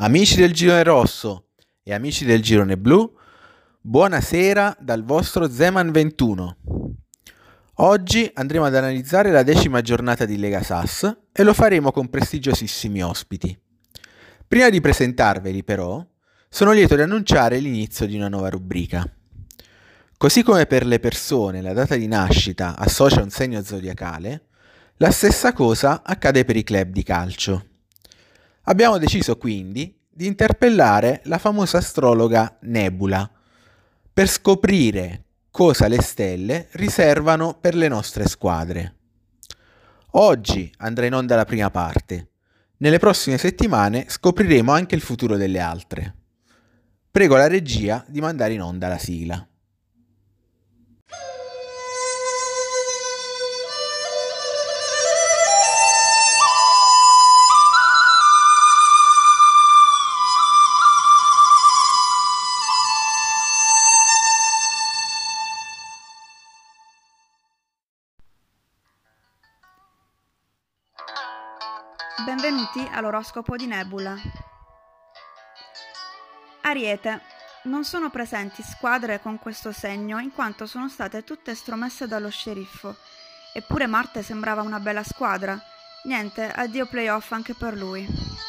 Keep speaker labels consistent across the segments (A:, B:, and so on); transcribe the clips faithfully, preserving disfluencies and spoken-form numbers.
A: Amici del girone rosso e amici del girone blu, buonasera dal vostro Zeman ventuno. Oggi andremo ad analizzare la decima giornata di Lega Sass e lo faremo con prestigiosissimi ospiti. Prima di presentarveli però, sono lieto di annunciare l'inizio di una nuova rubrica. Così come per le persone la data di nascita associa un segno zodiacale, la stessa cosa accade per i club di calcio. Abbiamo deciso quindi di interpellare la famosa astrologa Nebula per scoprire cosa le stelle riservano per le nostre squadre. Oggi andrà in onda la prima parte. Nelle prossime settimane scopriremo anche il futuro delle altre. Prego la regia di mandare in onda la sigla.
B: Benvenuti all'oroscopo di Nebula. Ariete. Non sono presenti squadre con questo segno in quanto sono state tutte estromesse dallo sceriffo. Eppure Marte sembrava una bella squadra. Niente, addio playoff anche per lui.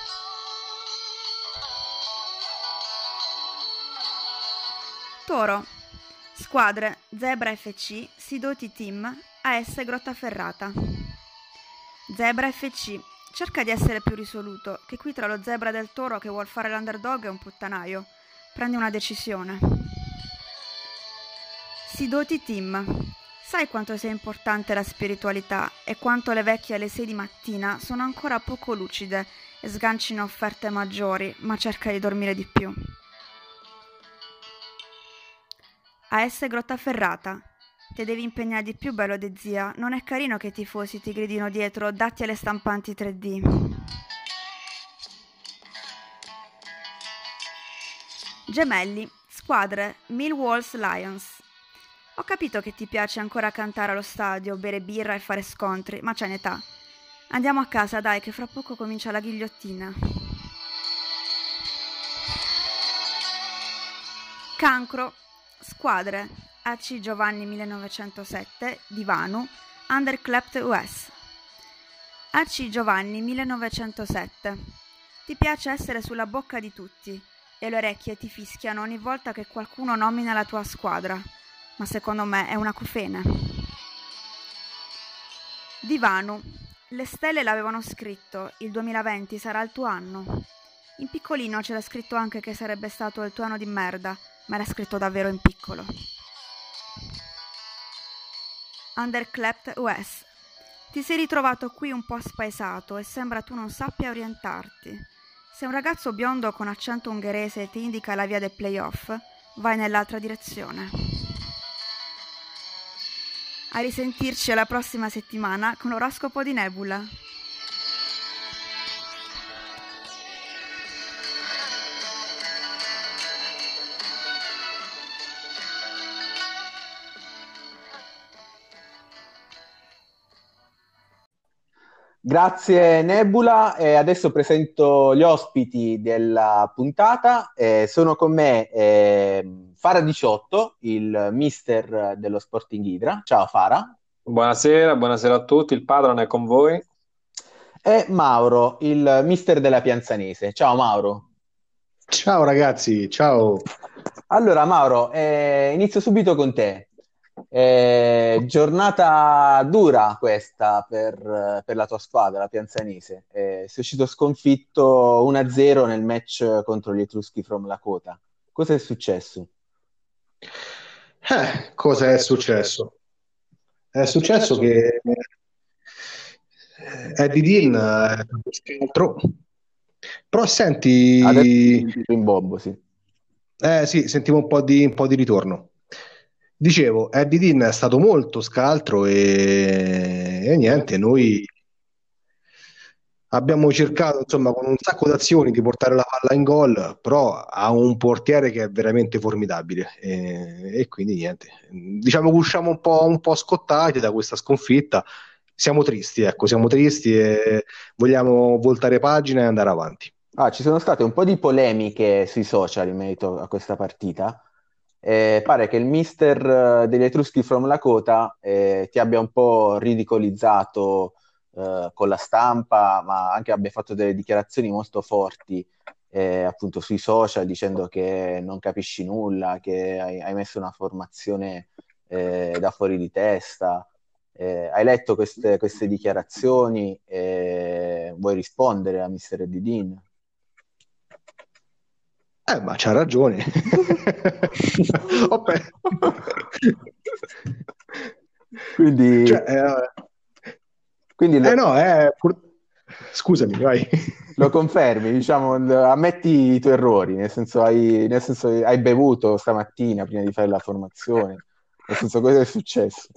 B: Toro. Squadre Zebra F C, Sidoti Team, A S Grottaferrata. Zebra F C. Cerca di essere più risoluto, che qui tra lo zebra del toro che vuol fare l'underdog è un puttanaio. Prendi una decisione. Sidoti Team. Sai quanto sia importante la spiritualità e quanto le vecchie alle sei di mattina sono ancora poco lucide e sgancino offerte maggiori, ma cerca di dormire di più. A S Grottaferrata. Te devi impegnare di più, bello de zia. Non è carino che i tifosi ti gridino dietro datti alle stampanti tre D. Gemelli. Squadre Millwalls Lions. Ho capito che ti piace ancora cantare allo stadio, bere birra e fare scontri, ma c'è un'età. Andiamo a casa, dai, che fra poco comincia la ghigliottina. Cancro. Squadre A C Giovanni millenovecentosette, Divanu, Underclept U S. A C Giovanni millenovecentosette. Ti piace essere sulla bocca di tutti e le orecchie ti fischiano ogni volta che qualcuno nomina la tua squadra, ma secondo me è una cufene. Divanu. Le stelle l'avevano scritto, il duemilaventi sarà il tuo anno. In piccolino c'era scritto anche che sarebbe stato il tuo anno di merda, ma era scritto davvero in piccolo. Underclept U S. Ti sei ritrovato qui un po' spaesato e sembra tu non sappia orientarti. Se un ragazzo biondo con accento ungherese ti indica la via dei playoff, vai nell'altra direzione. A risentirci alla prossima settimana con l'oroscopo di Nebula.
A: Grazie Nebula, e adesso presento gli ospiti della puntata. Eh, sono con me eh, Fara diciotto, il mister dello Sporting Hydra. Ciao Fara.
C: Buonasera, buonasera a tutti, il padrone è con voi.
A: E Mauro, il mister della Pianzanese. Ciao Mauro.
D: Ciao ragazzi, ciao.
A: Allora Mauro, eh, inizio subito con te. Eh, giornata dura questa per, per la tua squadra, la Pianzanese. Eh, sei uscito sconfitto uno a zero nel match contro gli Etruschi from Lakota. Cosa è successo?
D: Eh, cosa è successo? È successo che eh, Eddie Dean è stato scaltro. Però senti,
A: Adesso in bombo, sì.
D: eh sì, sentivo un po' di, un po' di ritorno. Dicevo, Eddie Dean è stato molto scaltro e, e niente, noi abbiamo cercato, insomma, con un sacco d'azioni di portare la palla in gol, però ha un portiere che è veramente formidabile e, e quindi niente. Diciamo che usciamo un po', un po' scottati da questa sconfitta. Siamo tristi, ecco, siamo tristi e vogliamo voltare pagina e andare avanti.
A: Ah, ci sono state un po' di polemiche sui social in merito a questa partita. Eh, pare che il mister eh, degli Etruschi from Lakota eh, ti abbia un po' ridicolizzato eh, con la stampa, ma anche abbia fatto delle dichiarazioni molto forti eh, appunto sui social dicendo che non capisci nulla, che hai, hai messo una formazione eh, da fuori di testa. Eh, hai letto queste, queste dichiarazioni? Eh, vuoi rispondere a mister Eddie Dean?
D: Eh, ma c'ha ragione. Oppe.
A: Quindi,
D: Cioè, eh,
A: quindi
D: eh
A: lo,
D: no, eh, pur- scusami, vai.
A: lo confermi, diciamo, l- ammetti i tuoi errori, nel senso hai, nel senso hai bevuto stamattina prima di fare la formazione, nel senso cosa è successo?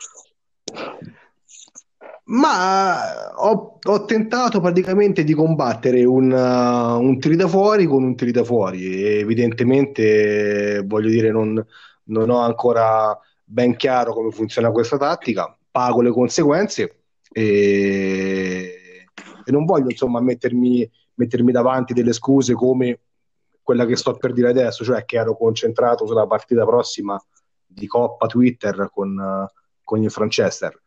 D: Ma ho, ho tentato praticamente di combattere un, uh, un tirita fuori con un tirita fuori e evidentemente, voglio dire, non, non ho ancora ben chiaro come funziona questa tattica, pago le conseguenze e, e non voglio insomma mettermi, mettermi davanti delle scuse come quella che sto per dire adesso, cioè che ero concentrato sulla partita prossima di Coppa Twitter con, uh, con il Franchester.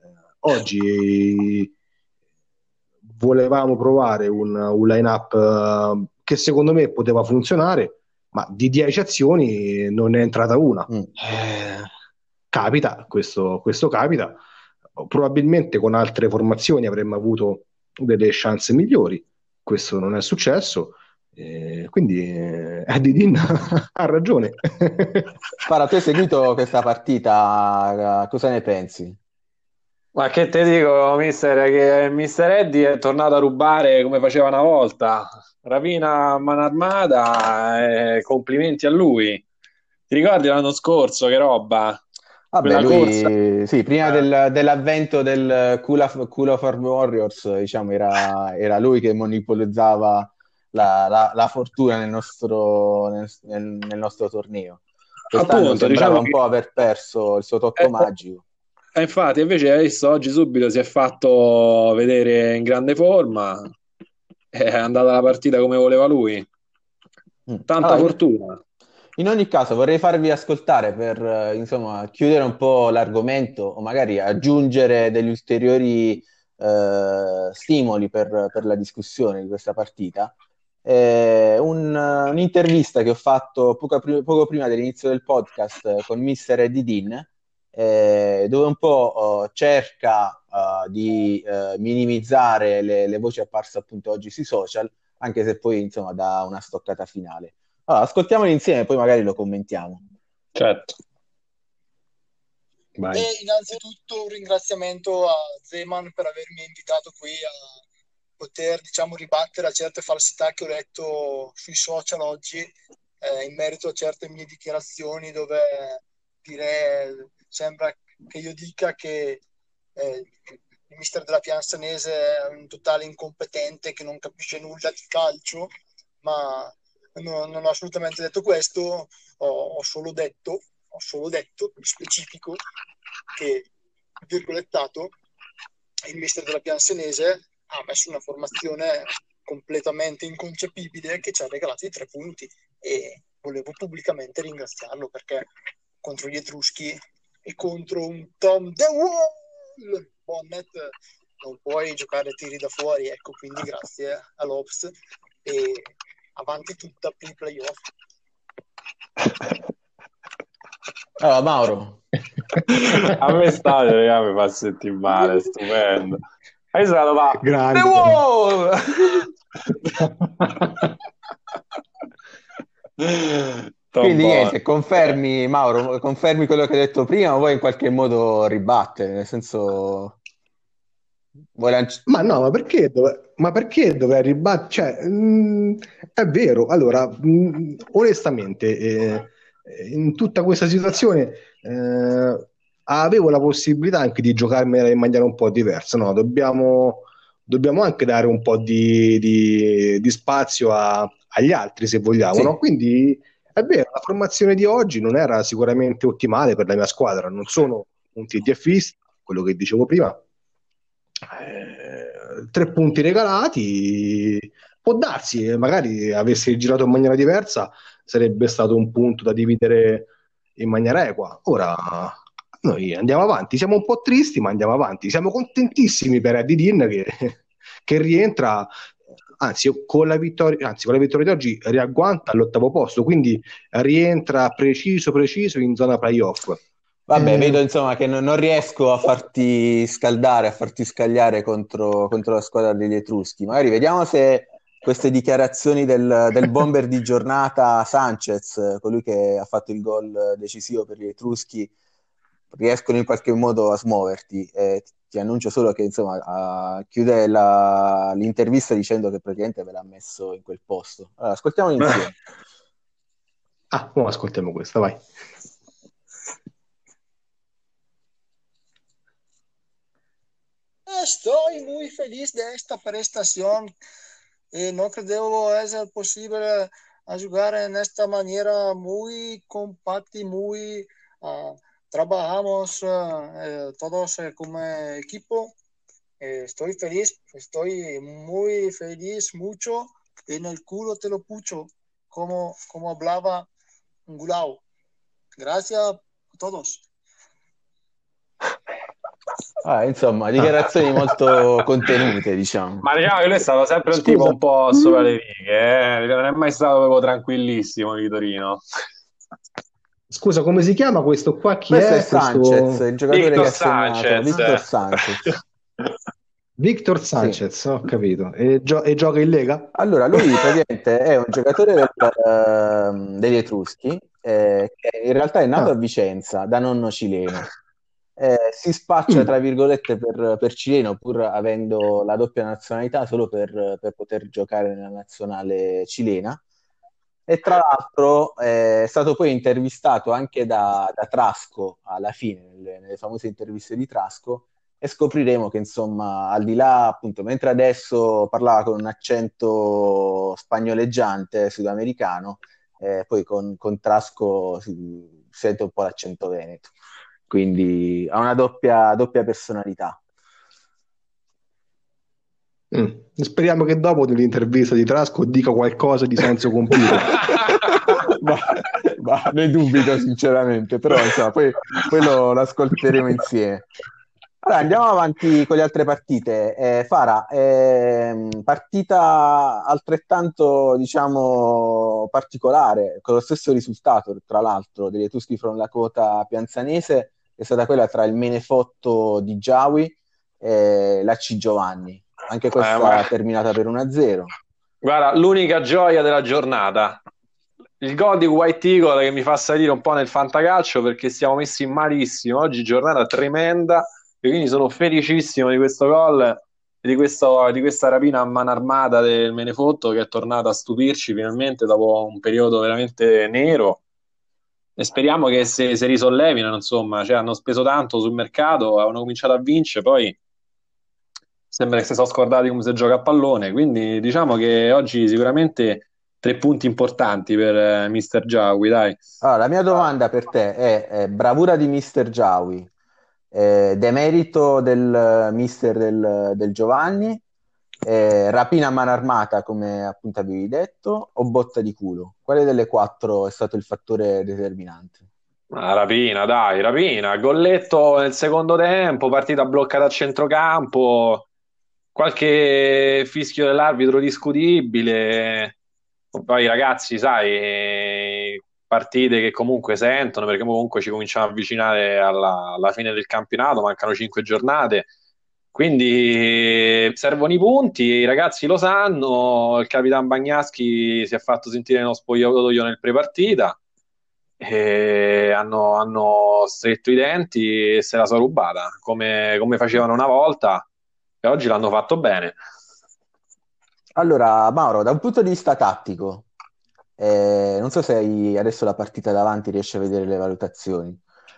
D: Oggi volevamo provare un, un line-up eh, che secondo me poteva funzionare, ma di dieci azioni non è entrata una.
A: Mm.
D: Eh, capita, questo, questo capita. Probabilmente con altre formazioni avremmo avuto delle chance migliori. Questo non è successo. Eh, quindi eh, Eddie Dean ha ragione.
A: Spara, tu hai seguito questa partita, eh, cosa ne pensi?
C: Ma che te dico, mister, che mister Eddie è tornato a rubare come faceva una volta. Rapina a mano armata, e complimenti a lui. Ti ricordi l'anno scorso che roba?
A: Vabbè,
C: Quella corsa.
A: lui sì, prima
C: Eh,
A: del- dell'avvento del Cool of, Cool of Our Warriors, diciamo, era, era lui che monopolizzava la, la- la fortuna nel nostro, nel, nel- nel nostro torneo. Quest'anno
C: appunto,
A: sembrava
C: diciamo
A: un
C: che
A: po' aver perso il suo tocco
C: eh,
A: magico.
C: eh, infatti, invece hai visto oggi subito si è fatto vedere in grande forma, è andata la partita come voleva lui.
A: Mm.
C: Tanta
A: Allora, in,
C: fortuna.
A: in ogni caso vorrei farvi ascoltare per, eh, insomma, chiudere un po' l'argomento o magari aggiungere degli ulteriori eh, stimoli per, per la discussione di questa partita. Eh, un- un'intervista che ho fatto poco, pri- poco prima dell'inizio del podcast eh, con mister Eddie Dean, eh, dove un po' eh, cerca eh, di eh, minimizzare le, le voci apparse appunto oggi sui social, anche se poi insomma dà una stoccata finale. Allora, ascoltiamolo insieme, poi magari lo commentiamo.
C: Certo.
D: Vai.
E: E innanzitutto un ringraziamento a Zeman per avermi invitato qui a poter, diciamo, ribattere a certe falsità che ho letto sui social oggi eh, in merito a certe mie dichiarazioni dove dire, sembra che io dica che eh, il mister della Pianzanese è un totale incompetente che non capisce nulla di calcio, ma no, non ho assolutamente detto questo, ho, ho solo detto, ho solo detto, specifico, che, virgolettato, il mister della Piansenese ha messo una formazione completamente inconcepibile che ci ha regalato i tre punti e volevo pubblicamente ringraziarlo perché contro gli Etruschi e contro un Tom The Wall Bonnet non puoi giocare tiri da fuori, ecco, quindi grazie a Lopes e avanti tutta per i playoff.
A: Allora, Mauro,
C: A me stadio, raga, mi fa sentire male, stupendo. Hai stato va.
D: Grande.
C: The Wall! Tom
A: quindi
C: Bonnet.
A: niente, confermi, Mauro, confermi quello che hai detto prima o vuoi in qualche modo ribattere? Nel senso, vuoi lanciare...
D: Ma no, ma perché, dov- ma perché dovrei ribattere? Cioè, mh, è vero, allora, mh, onestamente, eh, in tutta questa situazione eh, avevo la possibilità anche di giocarmela in maniera un po' diversa, no? Dobbiamo, dobbiamo anche dare un po' di, di- di spazio a- agli altri, se vogliamo, no?
A: Sì,
D: Quindi è vero, la formazione di oggi non era sicuramente ottimale per la mia squadra, non sono un T D Fista, quello che dicevo prima. Eh, tre punti regalati, può darsi, eh, magari avessi girato in maniera diversa, sarebbe stato un punto da dividere in maniera equa. Ora noi andiamo avanti, siamo un po' tristi, ma andiamo avanti. Siamo contentissimi per Eddie Dean che, che rientra, anzi con la vittoria, anzi con la vittoria di oggi riagguanta all'ottavo posto, quindi rientra preciso preciso in zona playoff.
A: Vabbè,
D: Eh,
A: vedo insomma che non, non riesco a farti scaldare, a farti scagliare contro, contro la squadra degli Etruschi. Magari vediamo se queste dichiarazioni del, del bomber di giornata Sanchez, colui che ha fatto il gol decisivo per gli Etruschi, riescono in qualche modo a smuoverti. Eh, ti annuncio solo che insomma a- chiude la- l'intervista dicendo che praticamente ve l'ha messo in quel posto. Allora, ascoltiamolo insieme.
D: ah, no, ascoltiamo questa, vai.
E: Estoy muy feliz de esta prestación. Eh, no creo es posible a jugar en esta manera muy compacta y muy uh, trabajamos uh, todos uh, como equipo. Eh, estoy feliz, estoy muy feliz, mucho. En el culo te lo pucho, como, como hablaba Gulao. Gracias a todos.
A: Ah, insomma, dichiarazioni molto contenute, diciamo.
C: Ma diciamo che lui è stato sempre un
D: Scusa.
C: tipo un po' sopra le righe, eh? Non è mai stato proprio tranquillissimo Vitorino.
D: Scusa, come si chiama questo qua? Chi
A: Questo è,
D: è
A: Sanchez,
D: questo?
A: il giocatore
C: Victor
A: che ha segnato,
C: Sanchez.
A: Victor Sanchez.
D: Victor
A: Sì.
D: Sanchez, ho capito. E, gio- e gioca in Lega?
A: Allora, lui praticamente è un giocatore del, ehm, degli Etruschi, eh, che in realtà è nato
D: Ah.
A: a Vicenza, da nonno cileno. Eh, si spaccia,
D: Mm.
A: tra virgolette, per, per cileno, pur avendo la doppia nazionalità, solo per, per poter giocare nella nazionale cilena. E tra l'altro eh, è stato poi intervistato anche da, da Trasco alla fine, nelle, nelle famose interviste di Trasco, e scopriremo che insomma, al di là, appunto, mentre adesso parlava con un accento spagnoleggiante sudamericano, eh, poi con, con Trasco si sente un po' l'accento veneto, quindi ha una doppia, doppia personalità.
D: Mm. Speriamo che dopo dell'intervista di Trasco dica qualcosa di senso compiuto.
A: ma, ma ne dubito sinceramente, però insomma, poi, poi lo, lo ascolteremo insieme. Allora, andiamo avanti con le altre partite. Eh, Fara, ehm, partita altrettanto, diciamo, particolare, con lo stesso risultato, tra l'altro, degli Etruschi from Lakota Pianzanese, è stata quella tra il Menefotto di Giawi e l'A C Giovanni. Anche questa
C: Eh, ma-
A: terminata per uno a zero.
C: Guarda, l'unica gioia della giornata, il gol di White Eagle che mi fa salire un po' nel fantacalcio perché siamo messi malissimo. Oggi giornata tremenda e quindi sono felicissimo di questo gol e di, questo, di questa rapina a mano armata del Menefotto che è tornato a stupirci finalmente dopo un periodo veramente nero. E speriamo che se, se risollevino, insomma, cioè hanno speso tanto sul mercato, hanno cominciato a vincere, poi sembra che si sono scordati come si gioca a pallone, quindi diciamo che oggi sicuramente tre punti importanti per eh, mister Giaui, dai.
A: Allora, la mia domanda per te è, è bravura di mister Giaui, eh, demerito del eh, mister del, del Giovanni, eh, rapina a mano armata, come appunto avevi detto, o botta di culo? Quale delle quattro è stato il fattore determinante?
C: Ah, rapina, dai, rapina, golletto nel secondo tempo, partita bloccata a centrocampo, qualche fischio dell'arbitro discutibile. Poi ragazzi, sai, partite che comunque sentono, perché comunque ci cominciamo a avvicinare alla, alla fine del campionato, mancano cinque giornate, quindi servono i punti, i ragazzi lo sanno, il capitano Bagnaschi si è fatto sentire nello spogliatoio nel prepartita, e hanno, hanno stretto i denti e se la sono rubata, come, come facevano una volta, e oggi l'hanno fatto bene.
A: Allora, Mauro, da un punto di vista tattico, eh, non so se hai adesso la partita davanti, riesci a vedere le valutazioni.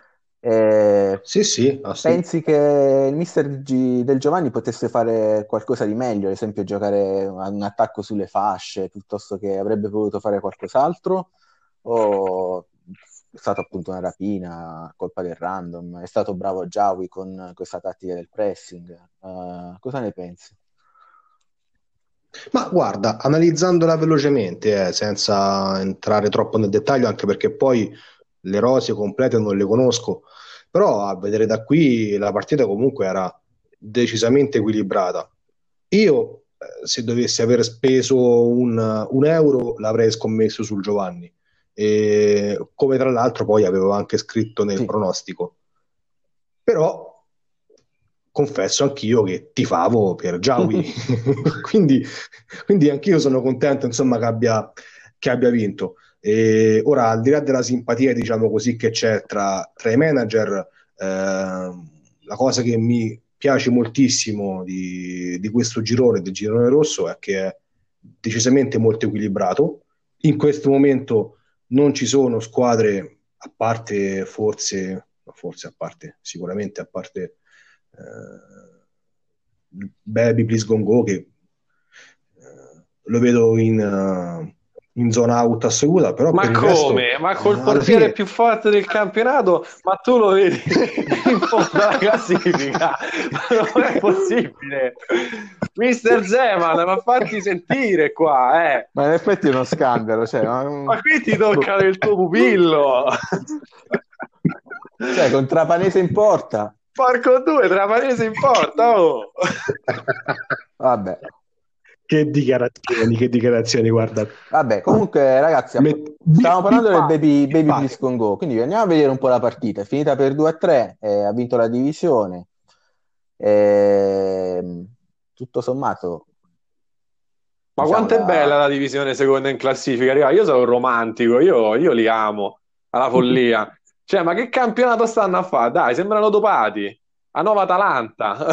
A: Eh,
D: Sì, sì, assolutamente.
A: pensi che il mister G- del Giovanni potesse fare qualcosa di meglio, ad esempio giocare a un attacco sulle fasce, piuttosto che avrebbe potuto fare qualcos'altro? O è stata appunto una rapina, colpa del random? È stato bravo Giawi con questa tattica del pressing? Eh, cosa ne pensi?
D: Ma guarda, analizzandola velocemente, eh, senza entrare troppo nel dettaglio, anche perché poi le rose complete non le conosco, però a vedere da qui la partita comunque era decisamente equilibrata. Io, eh, se dovessi aver speso un, un euro, l'avrei scommesso sul Giovanni, e, come tra l'altro poi avevo anche scritto nel
A: Sì.
D: pronostico. Però confesso anch'io che tifavo per Giaui, quindi, quindi anch'io sono contento insomma che abbia, che abbia vinto. E ora, al di là della simpatia, diciamo così, che c'è tra, tra i manager, eh, la cosa che mi piace moltissimo di, di questo girone, del girone rosso, è che è decisamente molto equilibrato. In questo momento non ci sono squadre, a parte forse, forse a parte, sicuramente a parte eh, Baby Please Gon Go, che eh, lo vedo in, eh, in zona out assoluta, però
C: Ma
D: per il resto
C: come? Ma
D: eh,
C: col
D: alla
C: portiere
D: fine
C: più forte del campionato? Ma tu lo vedi in fondo alla classifica? Ma non è possibile. Mister Zeman, ma fatti sentire qua, eh.
A: Ma in effetti è uno scandalo, cioè, ma,
C: Ma qui ti tocca
A: boh.
C: il tuo pupillo.
A: Cioè, con Trapanese in porta.
C: Porco due, Trapanese in porta, oh.
A: Vabbè.
D: che dichiarazioni, che dichiarazioni, guarda.
A: Vabbè, comunque ragazzi, app-
D: Met-
A: stavamo
D: bi-
A: parlando del
D: bippate,
A: Baby, Baby
D: bippate.
A: Please Con Go, quindi andiamo a vedere un po' la partita. È finita per due a tre, eh, ha vinto la divisione. Ehm, tutto sommato,
C: Ma
A: diciamo,
C: quanto è bella
A: la...
C: la divisione seconda in classifica, raga. Io sono un romantico, io, io li amo alla follia. Cioè, ma che campionato stanno a fare? Dai, sembrano dopati. A Nuova Atalanta.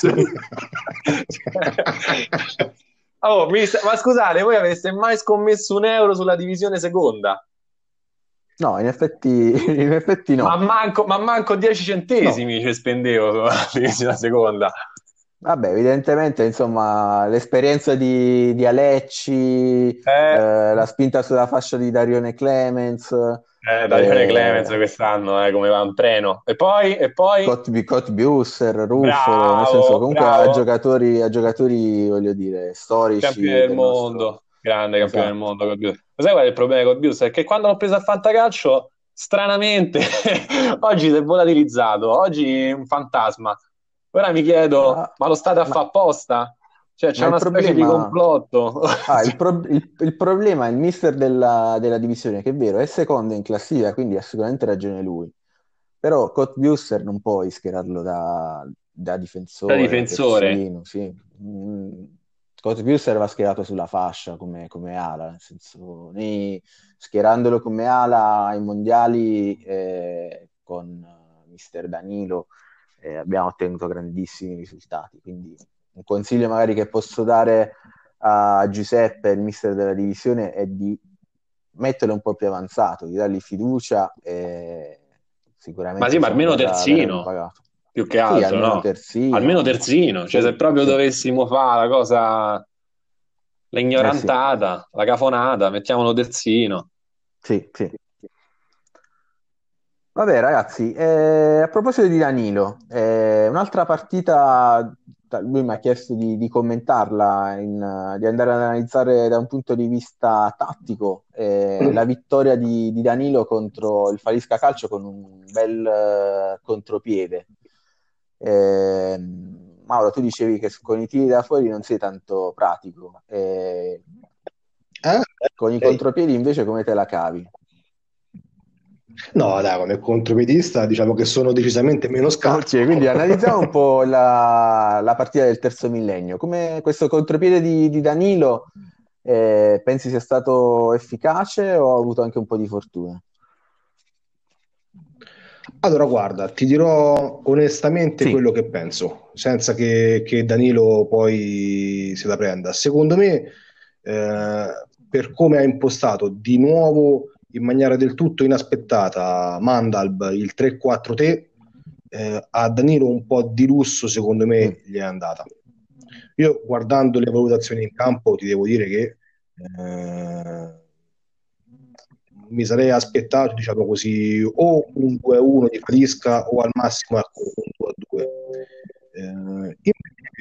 C: Oh, mi sa- ma scusate, voi aveste mai scommesso un euro sulla divisione seconda?
A: No, in effetti, in effetti
C: Ma
A: no.
C: manco, ma manco dieci
D: No,
C: centesimi ci spendevo sulla divisione seconda.
A: Vabbè, evidentemente, insomma, l'esperienza di, di Alecci,
C: Eh,
A: eh, la spinta sulla fascia di Darione Clemens,
C: eh, Darione Clemens
A: eh,
C: quest'anno, eh, come va un treno. E poi, e poi,
A: Cotbi- Cotbiusser, Ruffolo, nel senso,
C: bravo,
A: comunque a
C: bravo.
A: giocatori, a giocatori, voglio dire,
C: Campione
A: storici
C: del
A: del nostro...
C: mondo, grande campione del
A: Esatto.
C: mondo. Col Bius. Lo sai qual è il problema con Bius? È che quando l'ho preso a fantacalcio, stranamente, oggi si è volatilizzato, oggi è un fantasma. Ora mi chiedo,
A: Ah,
C: ma lo state a
A: ma,
C: fare apposta? Cioè, c'è
A: ma il
C: una specie di
A: problema...
C: complotto.
A: Ah, il, pro- il- il problema è il mister della, della divisione, che è vero, è secondo in classifica, quindi ha sicuramente ragione lui. Però Kotbuser non puoi schierarlo da, da
C: Da
A: difensore, da
C: difensore.
A: terzino, sì. Mm. Kotbuser va schierato sulla fascia come, come ala, nel senso, noi schierandolo come ala ai mondiali eh, con eh, mister Danilo eh, abbiamo ottenuto grandissimi risultati, quindi un consiglio magari che posso dare a Giuseppe, il mister della divisione, è di metterlo un po' più avanzato, di dargli fiducia e
C: Ma
A: sicuramente
C: sì, ma
A: insomma,
C: almeno
A: verrà, verrà
C: terzino,
A: ripagato.
C: più che
A: Sì,
C: altro,
A: almeno
C: no? Almeno
A: terzino.
C: terzino. Cioè, se
A: Sì,
C: proprio
A: sì,
C: dovessimo fare la cosa,
A: eh sì,
C: l'ignorantata, la cafonata, mettiamolo terzino.
A: sì, sì. Vabbè, ragazzi, eh, a proposito di Danilo, eh, un'altra partita, da- lui mi ha chiesto di, di commentarla, in- di andare ad analizzare da un punto di vista tattico, eh, la vittoria di, di Danilo contro il Falisca Calcio con un bel eh, contropiede. Eh, Mauro, tu dicevi che con i tiri da fuori non sei tanto pratico, eh,
D: eh?
A: con i
D: Ok.
A: contropiedi invece come te la cavi?
D: No, dai, come contropiedista diciamo che sono decisamente meno
A: Ok,
D: scarso.
A: quindi analizziamo un po' la, la partita del terzo millennio. Come questo contropiede di, di Danilo, eh, pensi sia stato efficace o ha avuto anche un po' di fortuna?
D: Allora, guarda, ti dirò onestamente
A: Sì.
D: quello che penso, senza che, che Danilo poi se la prenda. Secondo me, eh, per come ha impostato di nuovo in maniera del tutto inaspettata Mandalb il tre quattro tre, eh, a Danilo un po' di lusso, secondo
A: Mm.
D: me, gli è andata. Io guardando le valutazioni in campo ti devo dire che eh, mi sarei aspettato, diciamo così, o un due a uno di Falisca o al massimo ecco, un due a due. Eh, invece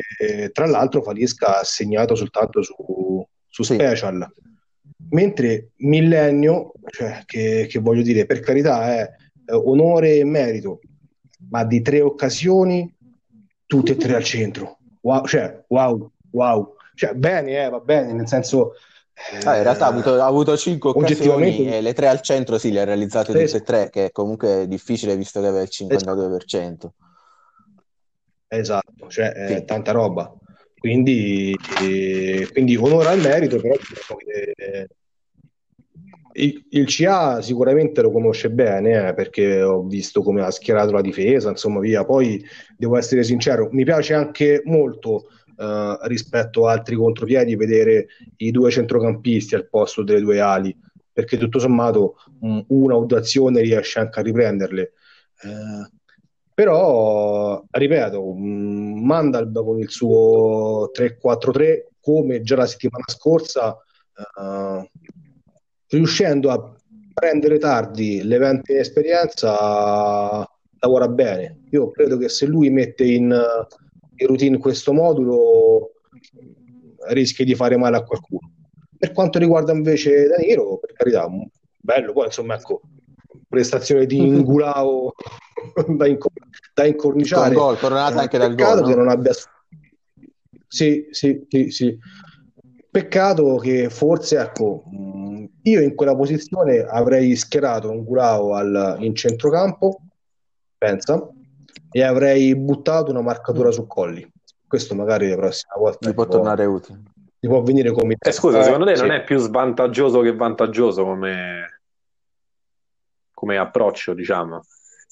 D: tra l'altro Falisca ha segnato soltanto su, su
F: Sì.
D: special, mentre Millennio, cioè, che, che voglio dire, per carità è eh, onore e merito, ma di tre occasioni tutte e tre al centro. Wow, cioè, wow, wow. Cioè, bene, eh, va bene, nel senso...
F: Ah, in realtà ha avuto, ha avuto cinque occasioni
D: oggettivamente...
F: e le tre al centro sì, le ha realizzate
D: Eh,
F: tutte e tre, che comunque è difficile visto che aveva il cinquantadue per cento.
D: Esatto, cioè è
F: Sì.
D: tanta roba. Quindi, eh, quindi onore al merito, però diciamo che, eh, il, il C A sicuramente lo conosce bene, eh, perché ho visto come ha schierato la difesa, insomma via. Poi devo essere sincero, mi piace anche molto eh, rispetto a altri contropiedi vedere i due centrocampisti al posto delle due ali, perché tutto sommato mh, una o due azioni riesce anche a riprenderle. Eh, però, ripeto, mh, Mandalb con il suo tre quattro tre, come già la settimana scorsa, eh, riuscendo a prendere tardi l'evento in esperienza, lavora bene. Io credo che se lui mette in, in routine questo modulo, rischi di fare male a qualcuno. Per quanto riguarda invece Danilo, per carità, bello, poi insomma ecco, prestazione di Ingulao da, incor- da incorniciare.
F: Con gol, coronata
D: Eh,
F: anche dal
D: peccato
F: gol,
D: che
F: no?
D: non abbia... Sì, sì, sì, sì. Peccato che forse, ecco, mh, io in quella posizione avrei schierato Ingulao al, in centrocampo, pensa, e avrei buttato una marcatura
F: Mm.
D: su Colli. Questo magari la prossima volta
F: Gli
D: gli
F: può
D: può,
F: tornare utile.
D: gli può venire come
C: Eh,
D: idea.
C: scusa, secondo te
D: Sì.
C: non è più svantaggioso che vantaggioso come, come approccio, diciamo?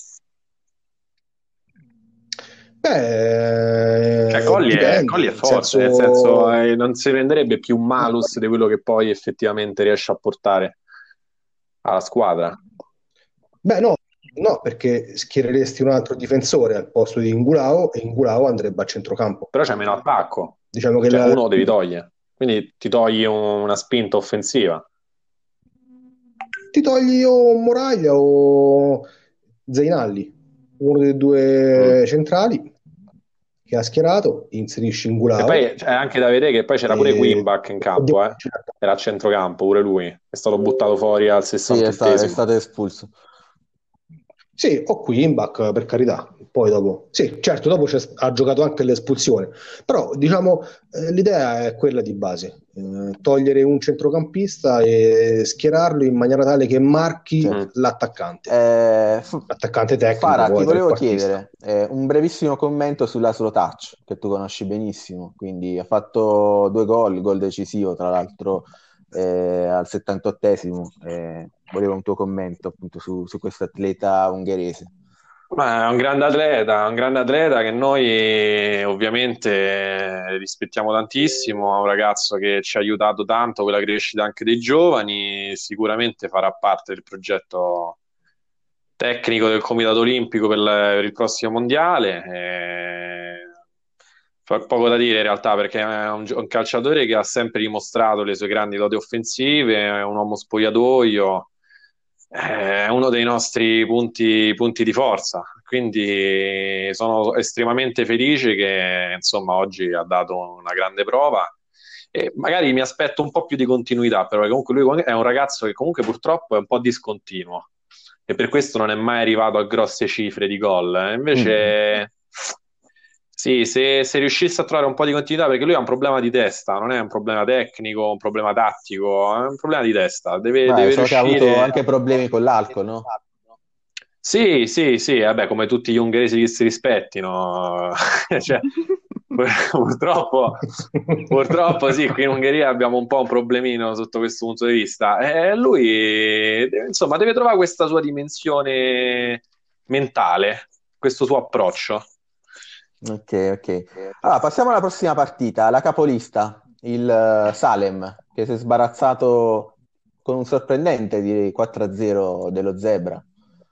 C: Cioè,
D: Beh,
C: Colli è, Colli
D: dipende,
C: è
D: nel
C: forte, nel senso
D: senso...
C: eh, non si renderebbe più malus di quello che poi effettivamente riesce a portare alla squadra.
D: Beh, no, no, perché schiereresti un altro difensore al posto di Ingulao e Ingulao andrebbe a centrocampo.
C: Però c'è meno attacco,
D: Diciamo che
C: cioè
D: la...
C: uno lo devi togliere, quindi ti togli un- una spinta offensiva.
D: ti togli o Moraglia o Zainalli, uno dei
C: Mm.
D: due centrali che ha schierato, inserisci
C: E
D: Ingulao
C: poi c'è anche da vedere che poi c'era pure
D: e...
C: Wimbach in campo, eh. Era a centrocampo pure lui, è stato buttato fuori al
F: Sì, è, sta- è
C: sessantottesimo.
F: stato espulso.
D: Sì, o Quimbach, per carità, poi dopo, sì, certo, dopo c'è- ha giocato anche l'espulsione, però diciamo eh, l'idea è quella di base, eh, togliere un centrocampista e schierarlo in maniera tale che marchi
C: Mm.
D: l'attaccante,
F: Eh, F-
D: l'attaccante tecnico,
F: Fara, ti
D: poi
F: volevo
D: trequartista.
F: chiedere eh, un brevissimo commento sulla slow touch, che tu conosci benissimo, quindi ha fatto due gol, gol decisivo tra l'altro eh, al settantottesimo. Eh, volevo un tuo commento appunto su, su questo atleta ungherese.
C: Ma è un grande atleta, un grande atleta che noi ovviamente eh, rispettiamo tantissimo, è un ragazzo che ci ha aiutato tanto con la crescita anche dei giovani, sicuramente farà parte del progetto tecnico del Comitato Olimpico per, la- per il prossimo mondiale. eh, Fa poco da dire in realtà perché è un, gio- un calciatore che ha sempre dimostrato le sue grandi doti offensive, è un uomo spogliatoio, è uno dei nostri punti, punti di forza. Quindi sono estremamente felice che insomma oggi ha dato una grande prova. E magari mi aspetto un po' più di continuità, però perché comunque lui è un ragazzo che comunque purtroppo è un po' discontinuo e per questo non è mai arrivato a grosse cifre di gol. Eh.
F: Mm.
C: Invece, sì, se, se riuscisse a trovare un po' di continuità, perché lui ha un problema di testa, non è un problema tecnico, un problema tattico, è un problema di testa. Deve,
F: Beh,
C: deve
F: so che ha avuto
C: riuscire.
F: anche problemi con l'alcol, no?
C: Sì, sì, sì, vabbè, come tutti gli ungheresi che si rispettino. Cioè, purtroppo, purtroppo sì, qui in Ungheria abbiamo un po' un problemino sotto questo punto di vista. E lui, deve- insomma, deve trovare questa sua dimensione mentale, questo suo approccio.
F: Ok, ok. Allora, passiamo alla prossima partita, la capolista, il eh, Salem, che si è sbarazzato con un sorprendente, direi, quattro a zero dello Zebra.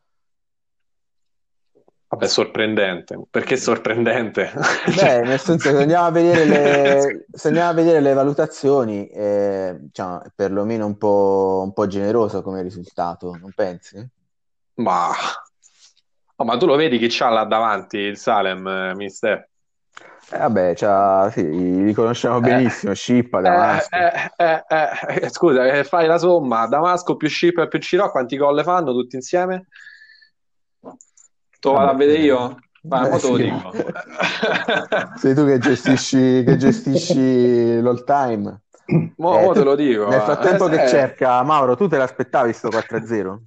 C: Vabbè, sorprendente. Perché sorprendente? Cioè,
F: Beh, nel senso che se andiamo a vedere le, se andiamo a vedere le valutazioni, eh, diciamo, è perlomeno un po', un po' generoso come risultato, non pensi?
C: ma... oh, ma tu lo vedi chi c'ha là davanti il Salem, eh, mister?
F: Eh, vabbè, c'ha- sì, li conosciamo
C: Eh,
F: benissimo, Scippa,
C: eh,
F: Damasco.
C: eh, eh, eh, eh, scusa, eh, fai la somma, Damasco più Scippa e più Ciro, quanti gol le fanno tutti insieme? Te lo vado a
F: Vabbè,
C: vedere
F: eh,
C: io? Vai,
F: eh,
C: mo te lo
F: sì.
C: dico.
F: Sei tu che gestisci, che gestisci l'all time.
C: Mo,
F: Eh,
C: mo te
F: tu-
C: lo dico.
F: nel
C: Eh,
F: frattempo che
C: se-
F: cerca, Mauro, tu te l'aspettavi sto quattro a zero?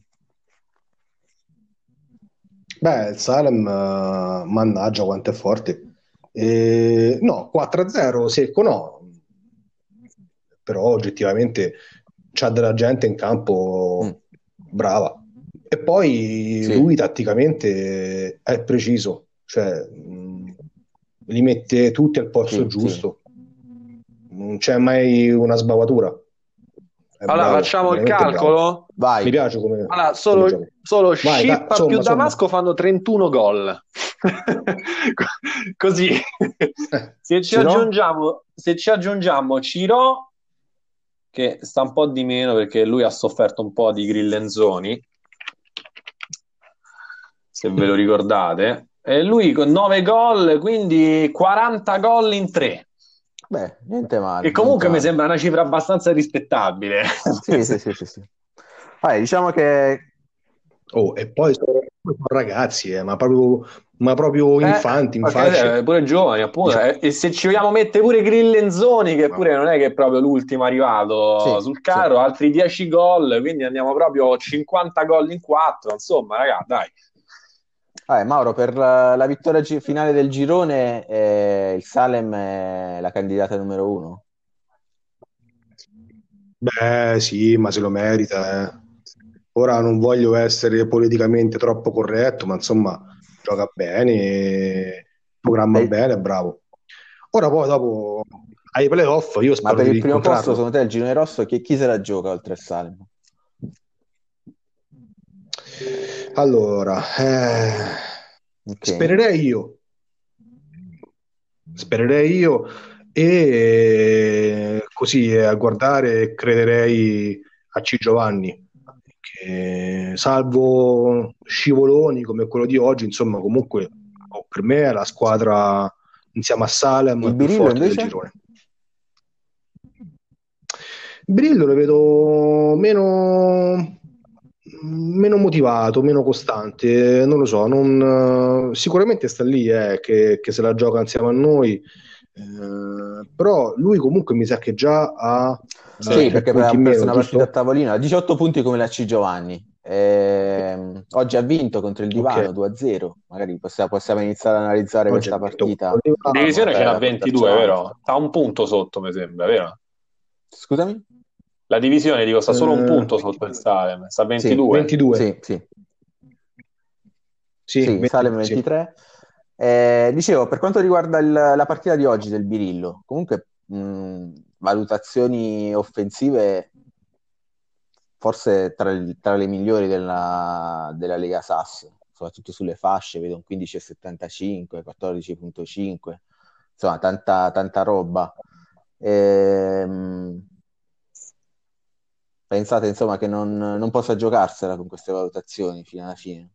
D: Beh, il Salem, eh, mannaggia quanto è forte. Eh, no, quattro a zero, secco no, però oggettivamente c'ha della gente in
F: Mm,
D: campo brava. E poi
F: sì,
D: lui tatticamente è preciso, cioè mh, li mette tutti al posto
F: sì, sì.
D: giusto, non c'è mai una sbavatura. È
C: Allora,
D: bravo,
C: facciamo il
D: veramente bravo.
C: calcolo?
F: Vai.
D: Mi piace come,
C: Allora,
D: come
C: solo,
D: gioca.
C: solo
D: Vai, ca-
C: Scippa più
D: somma, somma.
C: Damasco fanno trentuno gol. Così.
D: Eh,
C: Se ci
F: Ciro?
C: aggiungiamo, se ci aggiungiamo Ciro, che sta un po' di meno perché lui ha sofferto un po' di grillenzoni, se ve lo ricordate, e lui con nove gol, quindi quaranta gol in tre,
F: Beh, niente
C: che
F: male, niente
C: comunque mi
F: male.
C: sembra una cifra abbastanza rispettabile.
F: Sì, sì, sì, sì, sì. Vai, diciamo che
D: Oh, e poi sono, sono ragazzi, eh, ma proprio, ma proprio
C: Eh,
D: infanti, in
C: perché
D: fasce.
C: eh, pure giovani, appunto.
D: Diciamo,
C: eh, E se ci vogliamo mettere pure Grillenzoni, che
D: ma-
C: pure non è che è proprio l'ultimo arrivato
F: sì,
C: sul
F: sì.
C: carro, altri dieci gol, quindi andiamo proprio cinquanta gol in quattro. Insomma, raga, dai.
F: Vabbè, Mauro, per la, la vittoria gi- finale del girone, eh, il Salem è la candidata numero uno.
D: Beh, sì, ma se lo merita, eh. Ora non voglio essere politicamente troppo corretto, ma insomma, gioca bene, programma
F: Per-
D: bene, è bravo. Ora poi dopo ai playoff io
F: ma
D: spero
F: per
D: di
F: il primo posto,
D: rincontrarlo.
F: secondo te, il girone rosso, chi, chi se la gioca oltre al Salem?
D: Allora, eh,
F: Ok.
D: spererei io, spererei io e così eh, a guardare crederei a C. Giovanni, che salvo scivoloni come quello di oggi, insomma, comunque oh, per me è la squadra insieme a
F: Il
D: Salem più
F: Birillo
D: forte del
F: invece?
D: girone. Brillo lo vedo meno, meno motivato, meno costante, non lo so, non, sicuramente sta lì eh, che, che se la gioca insieme a noi, eh, però lui comunque mi sa che già ha eh,
C: Sì.
F: Sì,
D: tre
F: perché
D: punti
F: ha
D: in
F: perso
D: meno,
F: una partita a
D: giusto?
F: tavolino, ha diciotto punti come la C. Giovanni. Ehm, oggi ha vinto contro il
D: Ok,
F: Divano due a zero. Magari possiamo, possiamo iniziare ad analizzare
D: oggi ha
F: questa
D: vinto contro
F: partita
D: il Livano,
C: Divisione ce n'ha
F: per portarci
C: ventidue,
F: avanti.
C: vero? Sta un punto sotto, mi sembra, vero?
F: Scusami?
C: La divisione, dico, sta solo un
D: eh,
C: punto sotto il Salem, sta a
F: Sì,
C: ventidue.
D: ventidue,
F: sì, sì.
D: sì,
F: Sì, Salem
D: ventidue, sì.
F: ventitré. Eh, dicevo, per quanto riguarda il- la partita di oggi del Birillo, comunque mh, valutazioni offensive forse tra, il- tra le migliori della, della Lega Sass, soprattutto sulle fasce, vedo un quindici virgola settantacinque, quattordici virgola cinque, insomma tanta, tanta roba. Ehm, pensate insomma che non, non possa giocarsela con queste valutazioni fino alla fine?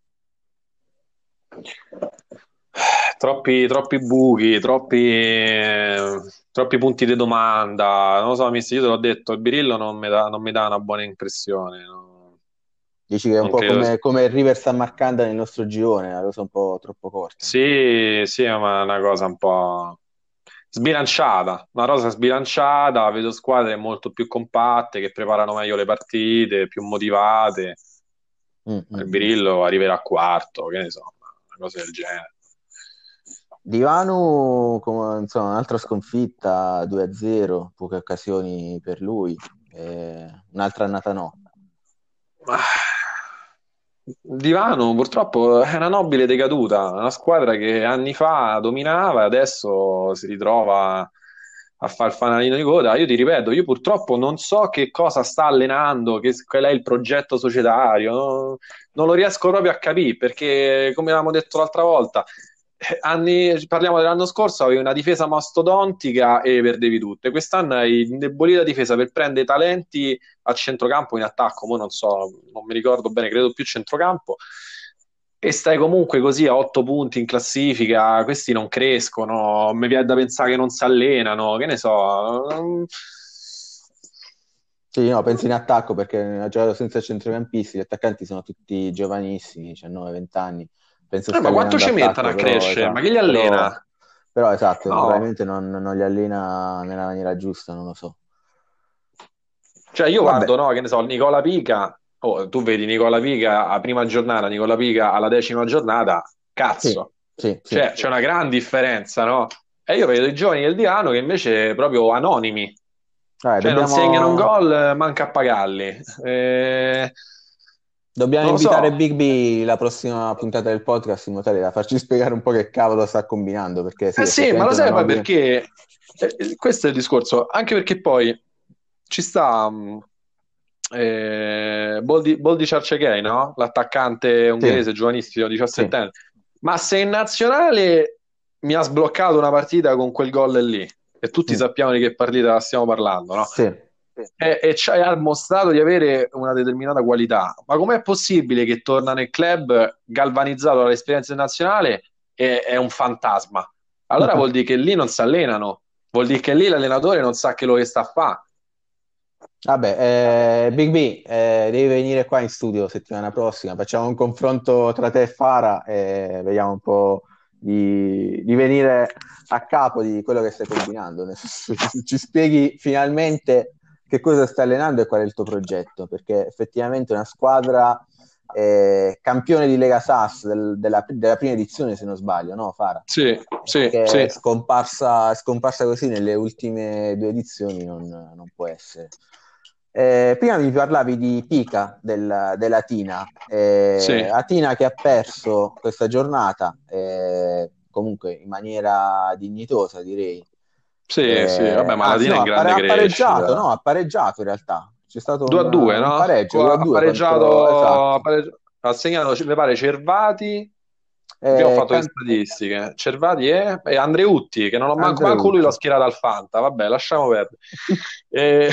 C: Troppi, troppi buchi, troppi, eh, troppi punti di domanda. Non lo so, mister, io te l'ho detto, il Birillo non mi dà, non mi dà una buona impressione. No?
F: Dici che è un
C: Non
F: po'
C: credo.
F: come, come il River San Marcanda nel nostro girone, una cosa un po' troppo corta.
C: Sì, sì, ma è una cosa un po' sbilanciata, una rosa sbilanciata. Vedo squadre molto più compatte che preparano meglio le partite, più motivate.
F: Mm,
C: Il
F: mm, mm.
C: Birillo arriverà quarto, che ne so, una cosa del genere.
F: Divano, come, insomma, un'altra sconfitta due a zero, poche occasioni per lui, eh, un'altra annata no.
C: Ma- Divano purtroppo è una nobile decaduta, una squadra che anni fa dominava e adesso si ritrova a fare il fanalino di coda. Io ti ripeto, io purtroppo non so che cosa sta allenando, che, qual è il progetto societario, no? Non lo riesco proprio a capire perché, come avevamo detto l'altra volta, eh, anni, parliamo dell'anno scorso, avevi una difesa mastodontica e perdevi tutte. Quest'anno hai indebolito la difesa per prendere talenti a centrocampo in attacco, mo non so, non mi ricordo bene, credo più centrocampo. e stai comunque così a otto punti in classifica, questi non crescono, mi viene da pensare che non si allenano, che ne so. non-
F: Sì, no, penso in attacco perché ha giocato senza centrocampisti, gli attaccanti sono tutti giovanissimi, diciannove venti anni. Penso
C: Eh,
F: stia
C: ma quanto
F: allenando
C: ci mettono
F: attacco,
C: a
F: però
C: crescere? Ma chi li
F: esatto, però,
C: allena?
F: però esatto,
C: No.
F: probabilmente non, non li allena nella maniera giusta, non lo so.
C: Cioè, io
F: Vabbè,
C: guardo, no, che ne so, Nicola Pica, oh, tu vedi Nicola Pica a prima giornata, Nicola Pica alla decima giornata,
F: sì,
C: cazzo,
F: sì, sì.
C: cioè c'è una gran differenza, no? E io vedo i giovani del Divano che invece proprio anonimi,
F: Vabbè,
C: cioè non segnano un
F: dobbiamo,
C: gol, eh, manca a pagarli. Eh,
F: dobbiamo
C: non lo
F: invitare
C: so.
F: Big B la prossima puntata del podcast in modo tale da farci spiegare un po' che cavolo sta combinando, perché sì,
C: Eh sì, ma lo
F: effettivamente non
C: sai
F: ho
C: poi
F: idea.
C: perché? Eh, eh, questo è il discorso, anche perché poi ci sta mh, eh, Boldi, Boldi Ciarcegei, no? L'attaccante
F: Sì,
C: ungherese, giovanissimo,
F: sì.
C: diciassette anni. Ma se in nazionale mi ha sbloccato una partita con quel gol lì, e tutti
F: Mm,
C: sappiamo di che partita stiamo parlando, no?
F: sì.
C: E, e ci ha mostrato di avere una determinata qualità. Ma com'è possibile che torna nel club galvanizzato dall'esperienza nazionale e è un fantasma? Allora vuol dire che lì non si allenano, vuol dire che lì l'allenatore non sa che lo che sta a fare.
F: Vabbè, eh, Big B, eh, devi venire qua in studio settimana prossima, facciamo un confronto tra te e Fara e vediamo un po' di, di venire a capo di quello che stai combinando. Nel senso, ci, ci spieghi finalmente che cosa stai allenando e qual è il tuo progetto, perché effettivamente una squadra eh, campione di Lega Sass del- della, della prima edizione, se non sbaglio, no Fara?
C: Sì, sì,
F: Che
C: sì.
F: è scomparsa, è scomparsa così nelle ultime due edizioni non, non può essere. Eh, prima mi parlavi di Pica del, dell'Atina,
C: Sì,
F: eh, Atina che ha perso questa giornata, eh, comunque in maniera dignitosa direi.
C: sì, sì,
F: Eh,
C: vabbè, ma la
F: anzi
C: Latina è
F: no,
C: in
F: ha, pare-
C: grande
F: ha pareggiato,
C: crescita.
F: no, ha pareggiato in realtà. C'è stato
C: due
F: un,
C: a due,
F: un
C: no?
F: pareggio
C: Qua
F: due a
C: ha
F: due contro,
C: pareggiato, ha
F: esatto.
C: pareggi- ha segnato, mi pare, Cervati. Abbiamo
F: Eh,
C: fatto le
F: Can-
C: statistiche. Cervati e, e Andreutti, che non ho manco, manco lui l'ho
F: Andreucci.
C: schierato al Fanta. Vabbè, lasciamo perdere. E,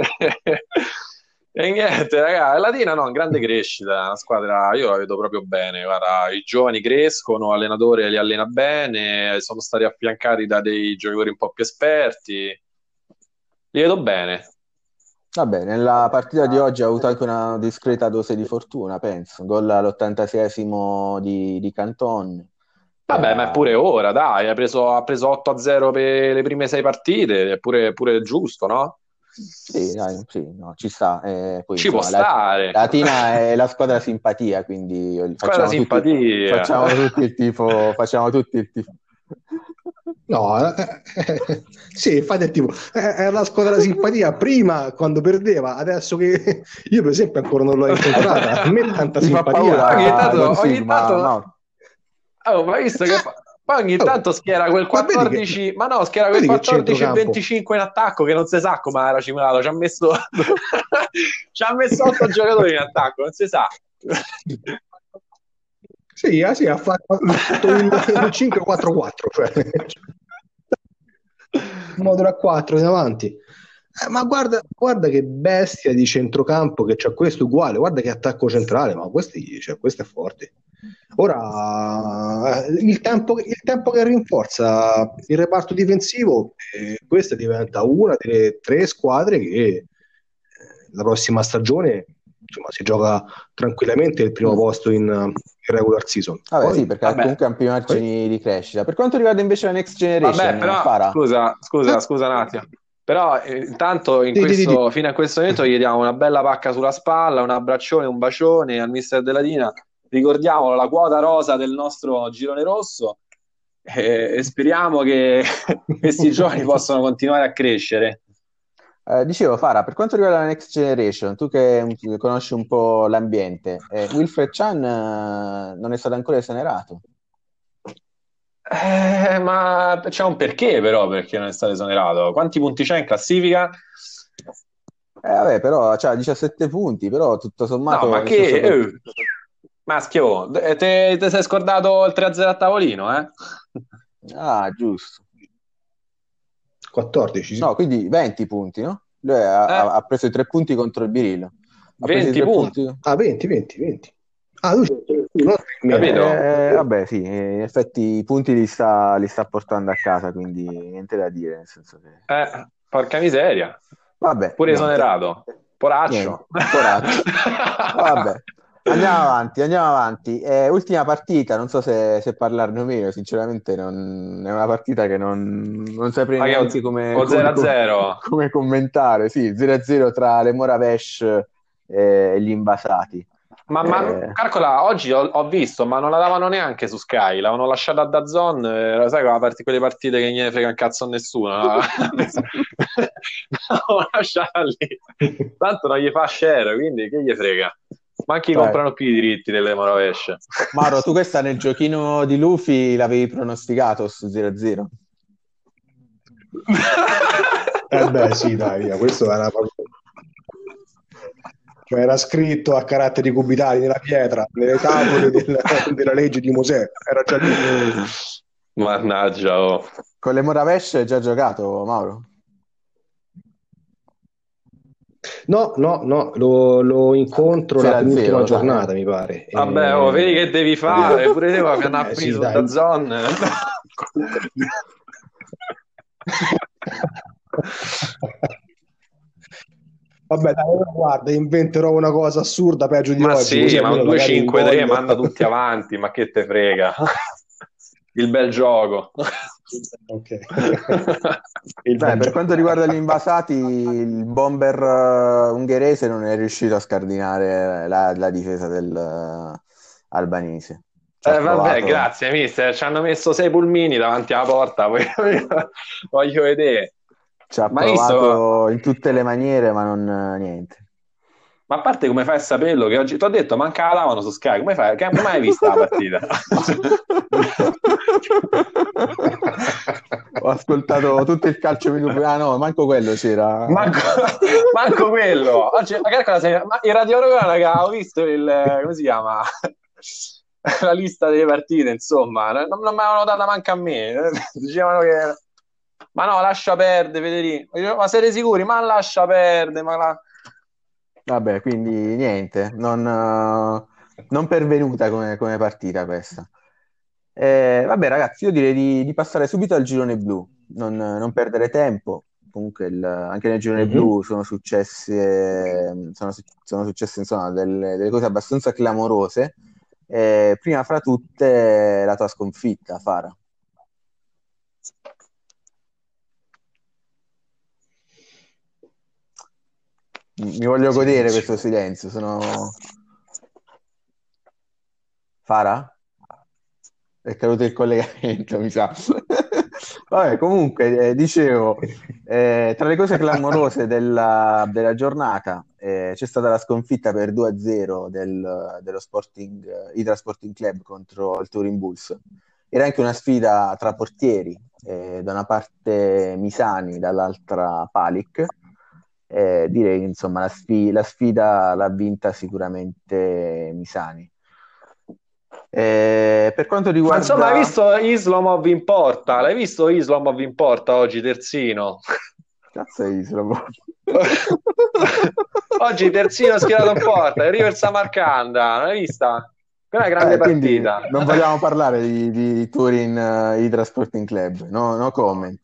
C: e niente, ragazzi, Latina no, in grande crescita, una squadra, io la vedo proprio bene. Guarda, i giovani crescono, l'allenatore li allena bene, sono stati affiancati da dei giocatori un po' più esperti. Li vedo bene.
F: Vabbè, nella partita di oggi ha avuto anche una discreta dose di fortuna, penso. Gol all'ottantaseiesimo di, di Canton. Che
C: Vabbè, ma è
F: ha...
C: pure ora, dai, ha preso, ha preso otto a zero per le prime sei partite, è pure, pure giusto, no?
F: Sì, dai, sì, no, ci sta. Eh, poi,
C: Ci può
F: insomma, la,
C: stare.
F: la Latina è la squadra simpatia, quindi
C: Squadra
F: facciamo tutti,
C: simpatia.
F: facciamo tutti il tifo, facciamo tutti il tifo.
D: No, eh, eh, sì, fate il tipo, eh, è la squadra simpatia prima quando perdeva, adesso che io per esempio ancora non l'ho incontrata, a me tanta
F: Ti fa
C: Ogni
D: simpatia,
F: paura
C: tanto,
F: Don
D: non-
C: ogni
F: Sigma,
C: tanto,
F: Mauro?
C: oh, ma hai visto che fa? Poi ogni
D: oh,
C: tanto schiera quel
D: ma vedi che,
C: quattordici, ma no, schiera quel
D: vedi che
C: quattordici e
D: centrocampo,
C: venticinque in attacco che non si sa come era cimolato, ci ha messo ci ha messo otto giocatori in attacco, non si sa.
D: sì, ah, sì, ha fatto il, il cinque quattro quattro, cioè il modulo a quattro in avanti. Eh, ma guarda, guarda che bestia di centrocampo che c'ha questo uguale, guarda che attacco centrale, ma questi, cioè, questo è forte. Ora, eh, il tempo, il tempo che rinforza il reparto difensivo, eh, questa diventa una delle tre squadre che eh, la prossima stagione insomma, si gioca tranquillamente il primo
F: Mm.
D: posto in, in regular season.
F: Vabbè, sì,
D: Poi,
F: perché ha
C: Vabbè,
F: comunque ampi
D: poi
F: margini di crescita. Per quanto riguarda invece la Next
C: vabbè,
F: Generation,
C: però
F: Fara,
C: scusa,
D: eh,
C: scusa, scusa un attimo. Però eh, intanto in
D: di, di, di, di.
C: questo, fino a questo momento gli diamo una bella pacca sulla spalla, un abbraccione, un bacione al mister della Dina. Ricordiamolo, la quota rosa del nostro girone rosso e, e speriamo che questi giovani possano continuare a crescere.
F: eh, dicevo, Fara, per quanto riguarda la Next Generation, tu che mm, conosci un po' l'ambiente, eh, Wilfred Chan eh, non è stato ancora esonerato.
C: Eh, ma c'è un perché però perché non è stato esonerato. Quanti punti c'è in classifica?
F: Eh, vabbè, però c'ha diciassette punti, però tutto
C: No,
F: sommato,
C: ma
F: nel senso
C: che...
F: che...
C: eh, maschio, te, te sei scordato il tre a zero a tavolino, eh?
F: Ah, giusto.
D: quattordici,
F: No,
D: sì.
F: quindi venti punti, no? Lui ha,
C: Eh?
F: ha- ha preso i tre punti contro il Birillo. Ha preso i
C: venti
F: tre
C: punti.
F: punti?
D: Ah, venti, venti, venti. Ah, tu c'è non
C: Capito?
F: Eh, vabbè, sì, eh, in effetti i punti li sta, li sta portando a casa, quindi niente da dire, nel senso che...
C: Eh, porca miseria.
F: Vabbè,
C: Pure
F: niente,
C: esonerato.
F: niente,
C: Poraccio.
F: poraccio. Vabbè, andiamo avanti, andiamo avanti. Eh, ultima partita, non so se, se parlarne o meno, sinceramente non, è una partita che non, non saprei
C: Ma che
F: neanche
C: ho,
F: come,
C: ho
F: come- come-
C: zero a zero.
F: come commentare. Sì, zero a zero tra le Moravesh e gli invasati.
C: Ma, ma
F: Eh,
C: calcola, oggi ho, ho visto, ma non la davano neanche su Sky, l'avevano lasciata a DAZN, eh, sai, quella part- quelle partite che gliene frega un cazzo a nessuno, no? L'hanno lasciata lì. Tanto non gli fa share, quindi che gli frega? Ma anche gli
F: Vai.
C: comprano più i diritti delle Moravesce.
F: Mauro, tu questa nel giochino di Luffy l'avevi pronosticato su zero a zero?
D: Eh beh, sì, dai, via, questo era proprio... Cioè, era scritto a caratteri cubitali nella pietra, nelle tavole del- della legge di Mosè, era già lì.
C: Mannaggia, oh.
F: Con le Moravesh hai già giocato, Mauro?
D: No, no, no, lo, lo incontro la
F: zero a zero,
D: penultima
F: lo sai,
D: giornata,
F: eh?
D: mi pare.
C: Vabbè, oh, vedi che
D: E...
C: devi fare, pure te mi hanno
D: Eh sì,
C: appeso
D: dai.
C: da zone.
D: Vabbè, dai, ora guarda, inventerò una cosa assurda peggio di
C: Ma
D: oggi, così
C: sì, ma un
D: almeno
C: due
D: magari in
C: cinque tre
D: gol.
C: manda tutti avanti, ma che te frega? Il bel gioco.
D: Ok.
C: Il
F: Beh,
C: bel
F: per
C: gioco.
F: quanto riguarda gli invasati, il bomber eh, ungherese non è riuscito a scardinare la, la difesa del eh, albanese. Ci ha
C: Eh, vabbè,
F: provato,
C: grazie, mister. Ci hanno messo sei pulmini davanti alla porta. Poi voglio vedere.
F: ci ha
C: Ma hai visto?
F: provato in tutte le maniere, ma non eh, niente.
C: Ma a parte come fai a saperlo che oggi ti ho detto manca la lavano su Sky, come fai? Che mai hai visto la partita?
F: Ho ascoltato tutto il calcio minuto. Ah no, manco quello c'era.
C: Manco, manco quello. Oggi, ma calcola, se- ma in Radio Cronaca ho visto il, come si chiama? La lista delle partite, insomma, non, non me l'hanno data manca a me. Dicevano che, ma no, lascia perdere, Federico. Dicevo, ma siete sicuri? Ma lascia perdere, ma la...
F: Vabbè, quindi niente, non, eh, non pervenuta come, come partita questa. Eh, vabbè, ragazzi, io direi di, di passare subito al girone blu, non, non perdere tempo. Comunque, il- anche nel girone
D: Mhm.
F: blu sono successe, sono, su- sono successe insomma, delle, delle cose abbastanza clamorose. Eh, prima fra tutte, la tua sconfitta, Fara. Mi voglio godere questo
D: Silenzio.
F: silenzio. Sono Fara? È caduto il collegamento, mi sa. Vabbè, comunque, eh, dicevo, eh, tra le cose clamorose della, della giornata eh, c'è stata la sconfitta per due a zero del, dello Sporting, eh, Hydra Sporting Club contro il Turin Bulls. Era anche una sfida tra portieri, eh, da una parte Misani, dall'altra Palic. Eh, direi che insomma la, sfi- la sfida l'ha vinta sicuramente Misani. Eh, per quanto
C: Ma insomma, hai
F: riguarda...
C: visto Islomov in porta? L'hai visto Islomov in porta oggi, terzino?
F: Cazzo è Islam?
C: Oggi terzino schierato in porta, River Samarcanda, non l'hai vista? Quella è una grande
F: Eh, quindi
C: partita.
F: non vogliamo parlare di, di Turin uh, Hydra Sporting Club, no, no comment.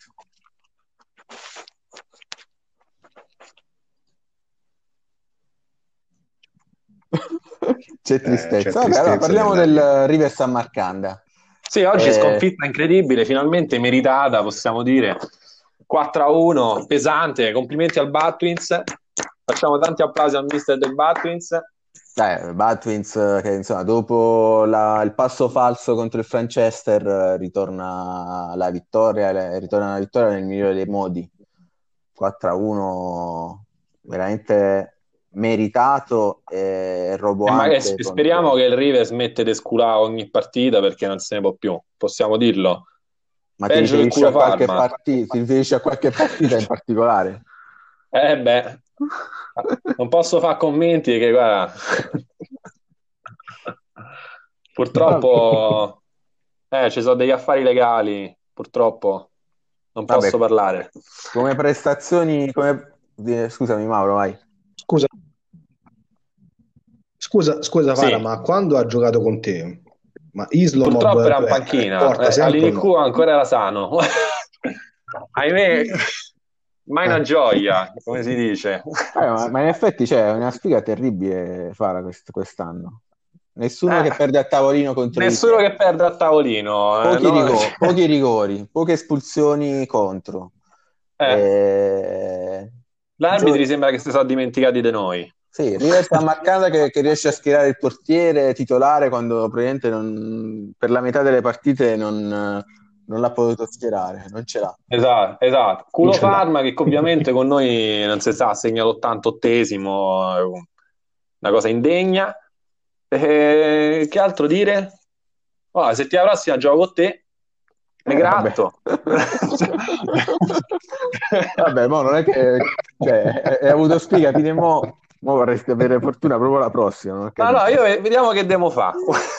F: C'è
D: Eh,
F: tristezza.
D: c'è
F: Vabbè, allora
D: tristezza
F: parliamo
D: nell'aria.
F: del River San Marcanda.
C: Sì, oggi
F: Eh,
C: sconfitta incredibile, finalmente meritata, possiamo dire. quattro a uno, pesante, complimenti al Batwins. Facciamo tanti applausi al mister del Batwins.
F: dai, Batwins eh, che insomma dopo la- il passo falso contro il Franchester eh, ritorna alla vittoria, le- ritorna alla vittoria nel migliore dei modi. quattro a uno veramente meritato e
C: E, ma- e
F: roboante
C: sp- speriamo
F: contro...
C: che il River smette di sculare ogni partita perché non se ne può più, possiamo dirlo.
F: Ma ti
C: Peggio del
F: riferisci
C: culo
F: a qualche
C: Parma.
F: partita, ti riferisci a qualche partita in particolare?
C: Eh beh, non posso fare commenti che guarda, purtroppo eh, ci sono degli affari legali, purtroppo non
F: Vabbè,
C: posso parlare.
F: come prestazioni, come... eh, scusami Mauro, vai.
D: Scusa, Scusa, scusa Fara,
C: Sì,
D: ma quando ha giocato con te? Ma Islomov
C: purtroppo era in
D: eh,
C: panchina,
D: porta
C: eh,
D: sempre o
C: all'Inicu
D: no?
C: ancora era sano. Ahimè, mai una
D: Eh,
C: gioia, come si dice.
F: Eh, ma, ma in effetti c'è una sfiga terribile Fara quest- quest'anno. Nessuno
C: Eh,
F: che perde a tavolino contro di
C: nessuno
F: te.
C: che perde a tavolino, eh,
F: Pochi,
C: no?
F: rigo- pochi rigori, poche espulsioni contro.
C: Eh,
F: Eh,
C: gli arbitri
F: gio-
C: sembra che si sono dimenticati di noi.
F: sì, River sta marcando che, che riesce a schierare il portiere titolare quando praticamente non- per la metà delle partite non, non l'ha potuto schierare, non ce l'ha.
C: Esatto, esatto.
D: non
C: Culo
D: ce l'ha.
C: Farma che ovviamente con noi non si sa, ha segnato l'ottantottesimo, eh, una cosa indegna. Eh, che altro dire? Oh, la settimana prossima gioco con te, mi
F: Eh, vabbè.
C: gratto.
F: Vabbè, mo non è che cioè, hai avuto sfiga fino a mo, mo vorresti avere fortuna proprio la prossima, non ho
C: No, no,
F: capito.
C: io vediamo che devo fare.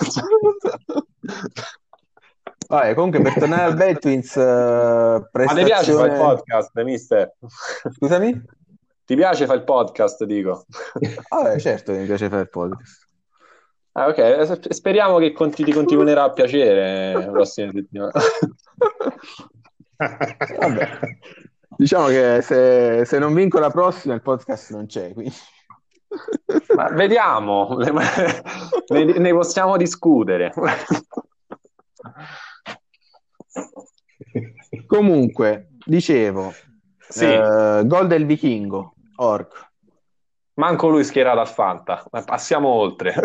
F: Vabbè, comunque per tornare al Betwins, eh,
C: Ma ti piace fare il
F: prestazione...
C: podcast, mister?
F: Scusami?
C: Ti piace fare il podcast, dico.
F: Vabbè, certo che mi piace fare il podcast.
C: Ah, ok, speriamo che conti- ti continuerà a piacere la prossima settimana.
F: Vabbè, diciamo che se, se non vinco la prossima il podcast non c'è, quindi...
C: Ma vediamo, ne, ne possiamo discutere.
F: Comunque, dicevo,
C: Sì,
F: eh, gol del vichingo, Orc.
C: manco lui schierato al Fanta, ma passiamo oltre.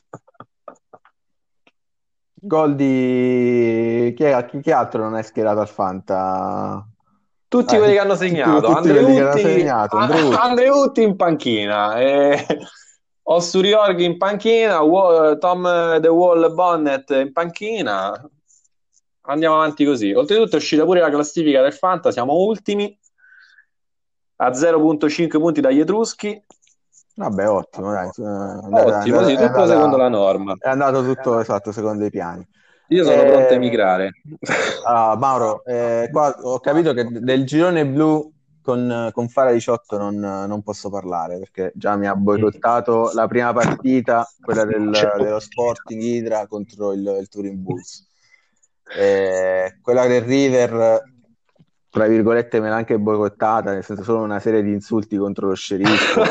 F: Gol di... Chi, è- chi- chi altro non è schierato al Fanta?
C: Tutti
F: Eh,
C: quelli che hanno
F: tutti, tutti-
C: segnato,
F: tutti quelli che hanno
C: Andreutti,
F: segnato,
C: A-
F: Andreucci.
C: Andreutti in panchina, eh, Ossuriorghi in panchina, Wa- Tom The Wall Bonnet in panchina. Andiamo avanti così. Oltretutto è uscita pure la classifica del Fanta, siamo ultimi a zero virgola cinque punti dagli Etruschi.
F: Vabbè, ottimo, dai. eh, È andata- è
C: Ottimo,
F: andata-
C: sì,
F: è
C: tutto secondo
F: andata-
C: la norma.
F: è andato tutto esatto secondo i piani.
C: Io sono pronto a
F: Eh,
C: emigrare.
F: Ah, Mauro, eh, qua ho capito che del girone blu con, con Fara diciotto non, non posso parlare perché già mi ha boicottato la prima partita, quella del-
D: C'è-
F: dello Sporting Hydra contro il, il Turin Bulls. Eh, quella del River, tra virgolette, me l'ha anche boicottata, nel senso solo una serie di insulti contro lo sceriffo.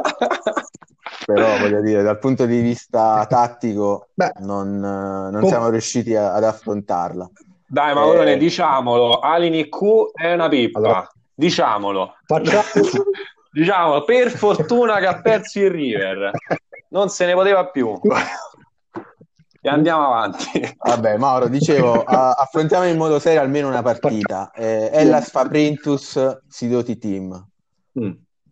F: Però voglio dire, dal punto di vista tattico
D: Beh,
F: non, eh, non
D: com-
F: siamo riusciti a- ad affrontarla.
C: Dai, Maurone,
F: Eh,
C: diciamolo, Alini Q è una pippa,
D: allora,
C: diciamolo.
D: facciamo...
C: Diciamolo, per fortuna che ha perso il River, non se ne poteva più. E andiamo avanti.
F: Vabbè, Mauro, dicevo, a- affrontiamo in modo serio almeno una partita. Eh, Hellas Fabrintus Sidoti Team.
C: Mm.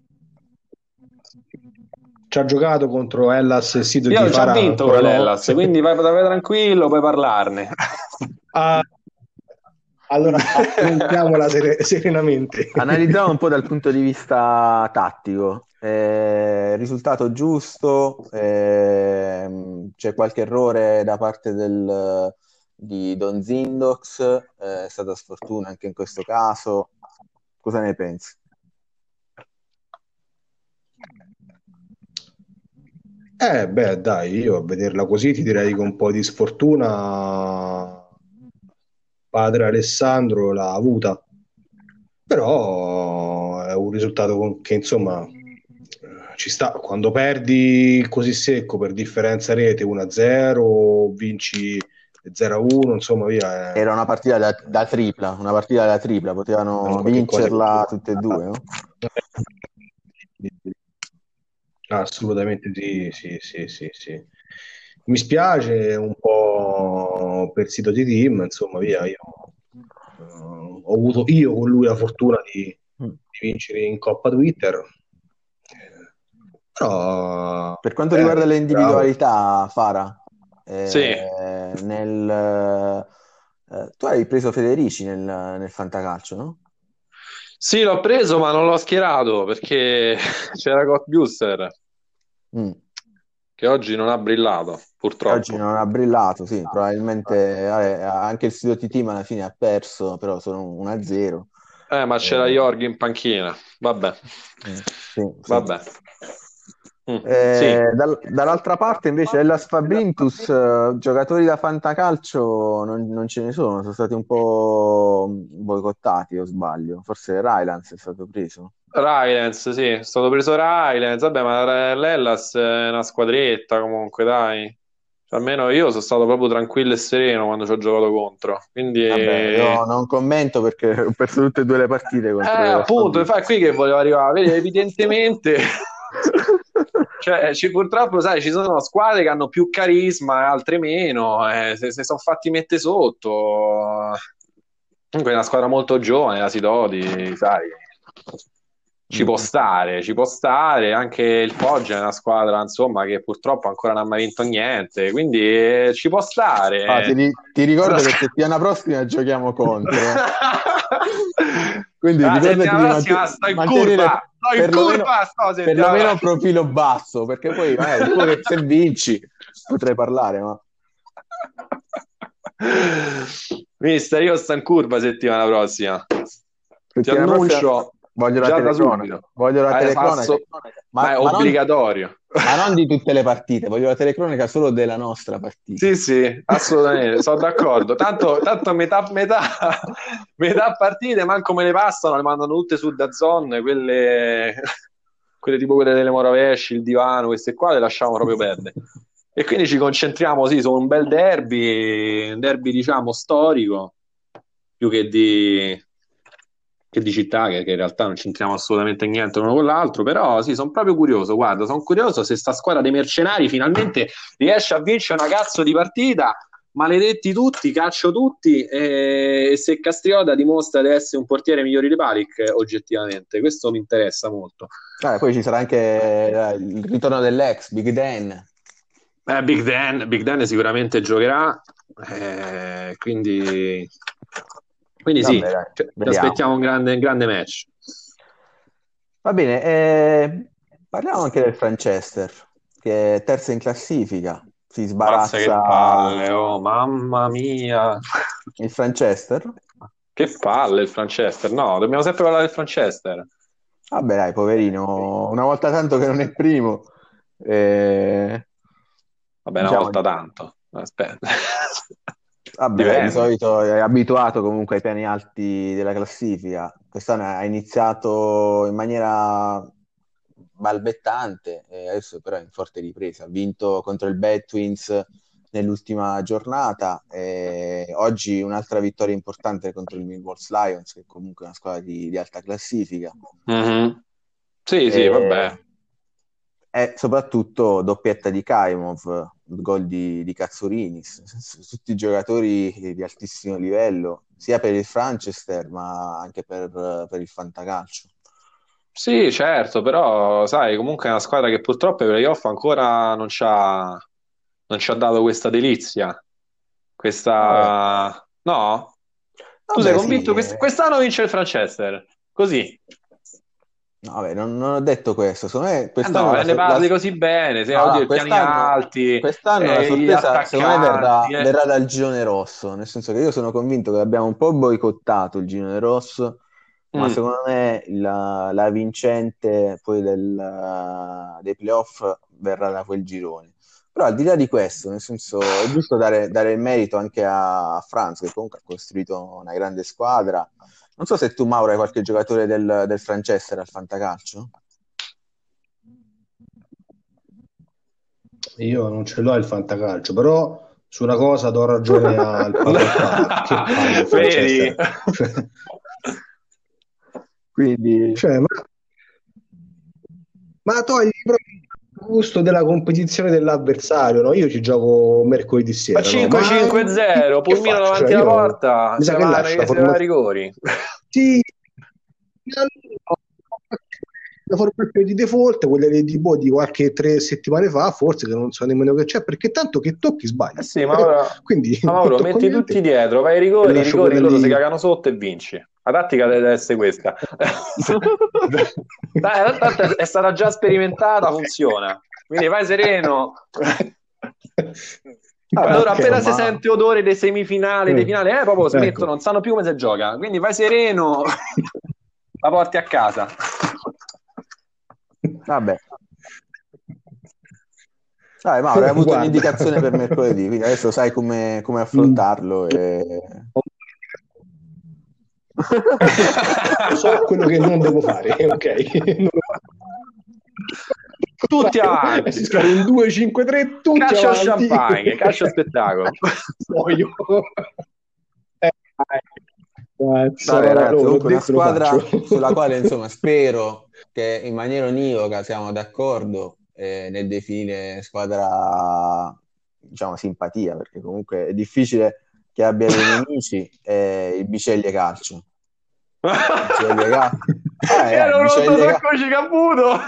D: Ci ha giocato contro Hellas e Sito
C: Io
D: di
C: ho già
D: Fara
C: vinto
D: ancora
C: con
D: no?
C: l'Hellas, quindi vai, vai tranquillo, puoi parlarne.
D: Ah, allora affrontiamola sere- serenamente.
F: Analizziamo un po' dal punto di vista tattico. Eh, risultato giusto? ehm, c'è qualche errore da parte del, di Don Zindox? Eh, è stata sfortuna anche in questo caso. Cosa ne pensi?
D: Eh, beh, dai, io a vederla così ti direi che un po' di sfortuna padre Alessandro l'ha avuta, però è un risultato con- che insomma eh, ci sta. Quando perdi così secco per differenza rete uno a zero, vinci zero a uno, insomma, via. eh,
F: Era una partita da, da tripla, una partita da tripla,
D: è un
F: potevano
D: qualche cosa che
F: vincerla tutte e due, no?
D: Assolutamente sì, sì, sì, sì, sì. Mi spiace un po' per il sito di team, insomma, via, io eh, ho avuto io con lui la fortuna di,
F: Mm.
D: di vincere in Coppa Twitter, eh, però
F: Per quanto
D: bene,
F: riguarda le
D: bravo.
F: individualità, Fara, eh,
C: Sì.
F: nel, eh, tu hai preso Federici nel, nel fantacalcio, no?
C: Sì, l'ho preso, ma non l'ho schierato perché c'era Cottbuster
F: Mm.
C: che oggi non ha brillato,
F: Oggi
C: purtroppo.
F: non ha brillato, sì, probabilmente vabbè, anche il Studio Team alla fine ha perso, però sono uno a zero.
C: Eh, ma c'era
F: Eh,
C: Jorg in panchina. Vabbè,
F: mm, sì, sì.
C: vabbè. Mm, sì.
F: Eh, dal- dall'altra parte invece Hellas Fabrintus, eh, giocatori da fantacalcio non, non ce ne sono, sono stati un po' boicottati o sbaglio, forse Rylance è stato preso.
C: Rylance, sì, è stato preso Rylance, vabbè, ma l'Hellas è una squadretta comunque, dai. Cioè, almeno io sono stato proprio tranquillo e sereno quando ci ho giocato contro, quindi...
F: Vabbè,
C: Eh,
F: io non commento perché ho perso tutte e due le partite contro Hellas
C: appunto,
F: Fabrintus.
C: infatti, qui che volevo arrivare, vedi, evidentemente... Cioè, ci- purtroppo, sai, ci sono squadre che hanno più carisma e altre meno, eh, se, se sono fatti mettere sotto. Comunque è una squadra molto giovane, la Sidoti, sai, ci può
F: Mm.
C: stare, ci può stare. Anche il Foggia è una squadra, insomma, che purtroppo ancora non ha mai vinto niente, quindi eh, ci può
F: Ah, ti,
C: stare.
F: ri- ti ricordo che settimana prossima giochiamo contro, eh. Quindi
C: La
F: ricordati
C: settimana
F: di
C: prossima
F: mante-
C: sto in curva,
F: mantenere
C: sto in
F: perlomeno,
C: curva, sto settimana
F: perlomeno un
C: prossima.
F: profilo basso, perché poi magari tu che se vinci potrei parlare, ma
C: Mister, io sto in curva settimana prossima. Ti
F: settimana prossima
C: annuncio
F: voglio la
C: già da
F: telecronaca,
C: subito.
F: voglio la
C: Eh,
F: telecronaca,
C: passo- ma
F: ma,
C: è
F: ma non,
C: obbligatorio.
F: ma non di tutte le partite, voglio la telecronaca solo della nostra partita.
C: Sì, sì, assolutamente, sono d'accordo. Tanto, tanto metà, metà, metà partite, manco me le passano, le mandano tutte su DAZN, quelle, quelle tipo quelle delle Moravesci, il divano, queste qua le lasciamo proprio perdere. E quindi ci concentriamo, sì, su un bel derby, un derby diciamo storico, più che di, che di città, che, che in realtà non c'entriamo assolutamente niente l'uno con l'altro, però sì, sono proprio curioso, guarda, sono curioso se sta squadra dei mercenari finalmente riesce a vincere una cazzo di partita, maledetti tutti, caccio tutti, e, e se Castriota dimostra di essere un portiere migliore di Palic, oggettivamente, questo mi interessa molto.
F: Ah, poi ci sarà anche eh, il ritorno dell'ex Big Dan.
C: Eh, Big Dan, Big Dan sicuramente giocherà, eh, quindi, quindi sì,
F: Vabbè, dai,
C: ci ci
F: vediamo.
C: aspettiamo un grande, un grande match.
F: Va bene, eh, parliamo anche del Franchester, che è terza in classifica, si
C: Mazza che
F: sbarazza
C: palle, oh mamma mia.
F: il Franchester.
C: Che palle il Franchester. No, dobbiamo sempre parlare del Franchester.
F: Vabbè, dai, poverino, una volta tanto che non è primo, eh,
C: Vabbè, una
F: diciamo,
C: volta tanto. Aspetta.
F: vabbè, dai, di
C: Dipende.
F: solito è abituato comunque ai piani alti della classifica. Quest'anno ha iniziato in maniera balbettante, e adesso però è in forte ripresa. Ha vinto contro il Bad Twins nell'ultima giornata, e oggi un'altra vittoria importante contro il Millwall Lions, che comunque è una squadra di, di alta classifica.
C: Mhm. Sì, sì,
F: E,
C: vabbè.
F: e soprattutto doppietta di Kaimov, gol di, di Katsurinis, tutti giocatori di altissimo livello, sia per il Franchester ma anche per, per il fantacalcio.
C: Sì, certo, però sai, comunque è una squadra che purtroppo ai playoff ancora non ci ha, non ci ha dato questa delizia.
F: Vabbè,
C: Questa... No? Tu sei
F: vabbè
C: convinto
F: sì,
C: che quest-
F: eh,
C: quest'anno vince il Franchester? Così?
F: no, vabbè, non, non ho detto questo, secondo me
C: Eh
F: quest'anno
C: no,
F: la,
C: eh, ne
F: so- la-
C: parli così bene, se
F: no,
C: oddio
F: no,
C: i piani
F: quest'anno,
C: alti,
F: quest'anno la
C: eh, gli
F: sorpresa secondo me verrà,
C: attaccanti, eh.
F: verrà dal girone rosso, nel senso che io sono convinto che abbiamo un po' boicottato il girone rosso, ma
C: Mm.
F: secondo me la, la vincente poi del, dei playoff verrà da quel girone. Però al di là di questo, nel senso, è giusto dare, dare il merito anche a, a Franz, che comunque ha costruito una grande squadra. Non so se tu, Mauro, hai qualche giocatore del, del Franchester al fantacalcio?
D: Io non ce l'ho il fantacalcio, però su una cosa do ragione al papà. Che palle il
C: Vedi?
D: Franchester. Cioè,
F: Quindi,
D: cioè, ma, ma togli proprio il gusto della competizione dell'avversario, no? Io ci gioco mercoledì
C: Ma
D: sera, no?
C: cinque cinque zero,
D: che
C: Pulmino
D: faccio?
C: davanti
D: Cioè,
C: alla
D: io
C: porta,
D: mi
C: se
D: sa che
C: va,
D: lascio la
C: se va a
D: formazione.
C: rigori.
D: Sì, la formazione di default, quelle di, boh, di qualche tre settimane fa, forse, che non so nemmeno che c'è, perché tanto che tocchi sbagli.
C: Eh sì, ma ora...
D: Quindi
C: Ma
D: non
C: Mauro,
D: tocco
C: metti
D: niente
C: tutti dietro, vai ai
D: e
C: rigori, i
D: lascio
C: rigori,
D: quella
C: loro si
D: lì.
C: cagano sotto e vinci. La tattica deve essere questa. Dai, tanto è stata già sperimentata, funziona. Quindi vai sereno.
F: vabbè,
C: Allora,
F: ok,
C: appena si
F: ma
C: sente odore dei semifinali, dei
D: Eh,
C: finali, eh, proprio smettono,
D: ecco.
C: non sanno più come si gioca. Quindi vai sereno, la porti a casa.
F: vabbè. Dai, Mauro, hai avuto
D: Guarda.
F: un'indicazione per mercoledì, quindi adesso sai come, come affrontarlo. E...
D: So quello che non devo fare, ok? Non lo faccio.
C: Tutti avanti.
D: Si scala un due cinque tre, tutti
C: Calcio
D: avanti.
C: champagne, calcio spettacolo.
D: Voglio. Eh, cazzo,
F: Vabbè,
D: no,
F: ragazzi,
D: no,
F: comunque una
D: detto, lo
F: squadra
D: faccio.
F: sulla quale insomma spero che in maniera univoca siamo d'accordo eh, nel definire squadra, diciamo, simpatia, perché comunque è difficile che abbia dei nemici, è il Biceglie Calcio. Biceglie Calcio. Ah, eh,
C: Ero pronto
F: Biceglie
C: tra
F: Calcio.
C: Coci Caputo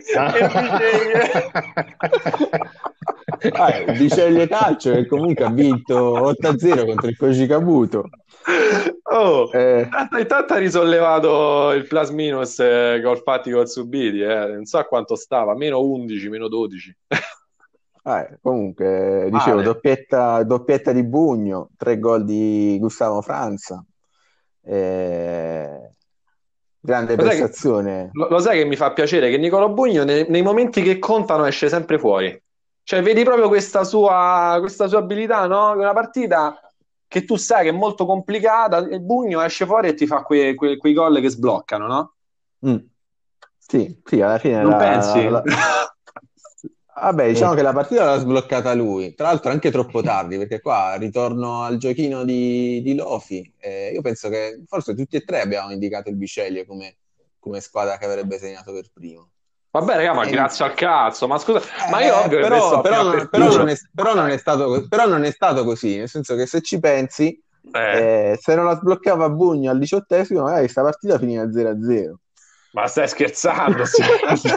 C: e Biceglie.
F: Ah, il Biceglie Calcio che comunque ha vinto otto a zero contro il Coci Caputo.
C: Oh,
F: Eh,
C: intanto, intanto ha risollevato il plus minus eh, gol fatti col Subiti, eh. Non so a quanto stava, meno undici, meno dodici.
F: eh, comunque, dicevo,
C: Male.
F: doppietta, doppietta di Bugno, tre gol di Gustavo Franza. Eh, grande
C: Lo sai che,
F: prestazione.
C: lo, lo sai che mi fa piacere che Nicolò Bugno nei, nei momenti che contano esce sempre fuori. Cioè, vedi proprio questa sua, questa sua abilità, no? Una partita che tu sai che è molto complicata, il Bugno esce fuori e ti fa que- que- quei gol che sbloccano, no?
F: Mm. Sì, sì, alla fine
C: Non
F: la,
C: pensi?
F: la- Vabbè, diciamo che la partita l'ha sbloccata lui, tra l'altro anche troppo tardi, perché qua ritorno al giochino di, di Lofi. Eh, io penso che forse tutti e tre abbiamo indicato il Biceglie come, come squadra che avrebbe segnato per primo.
C: Vabbè, raga, ma
F: E-
C: grazie al cazzo, ma scusa, ma io
F: Eh,
C: ovvio che
F: però,
C: messo
F: però
C: prima
F: non,
C: per
F: però
C: primo.
F: non è, però non è stato, co- però non è stato così, nel senso che se ci pensi,
C: Eh,
F: eh, se non la sbloccava Bugno al diciottesimo, magari questa partita finiva zero a zero.
C: ma stai scherzando? Sì.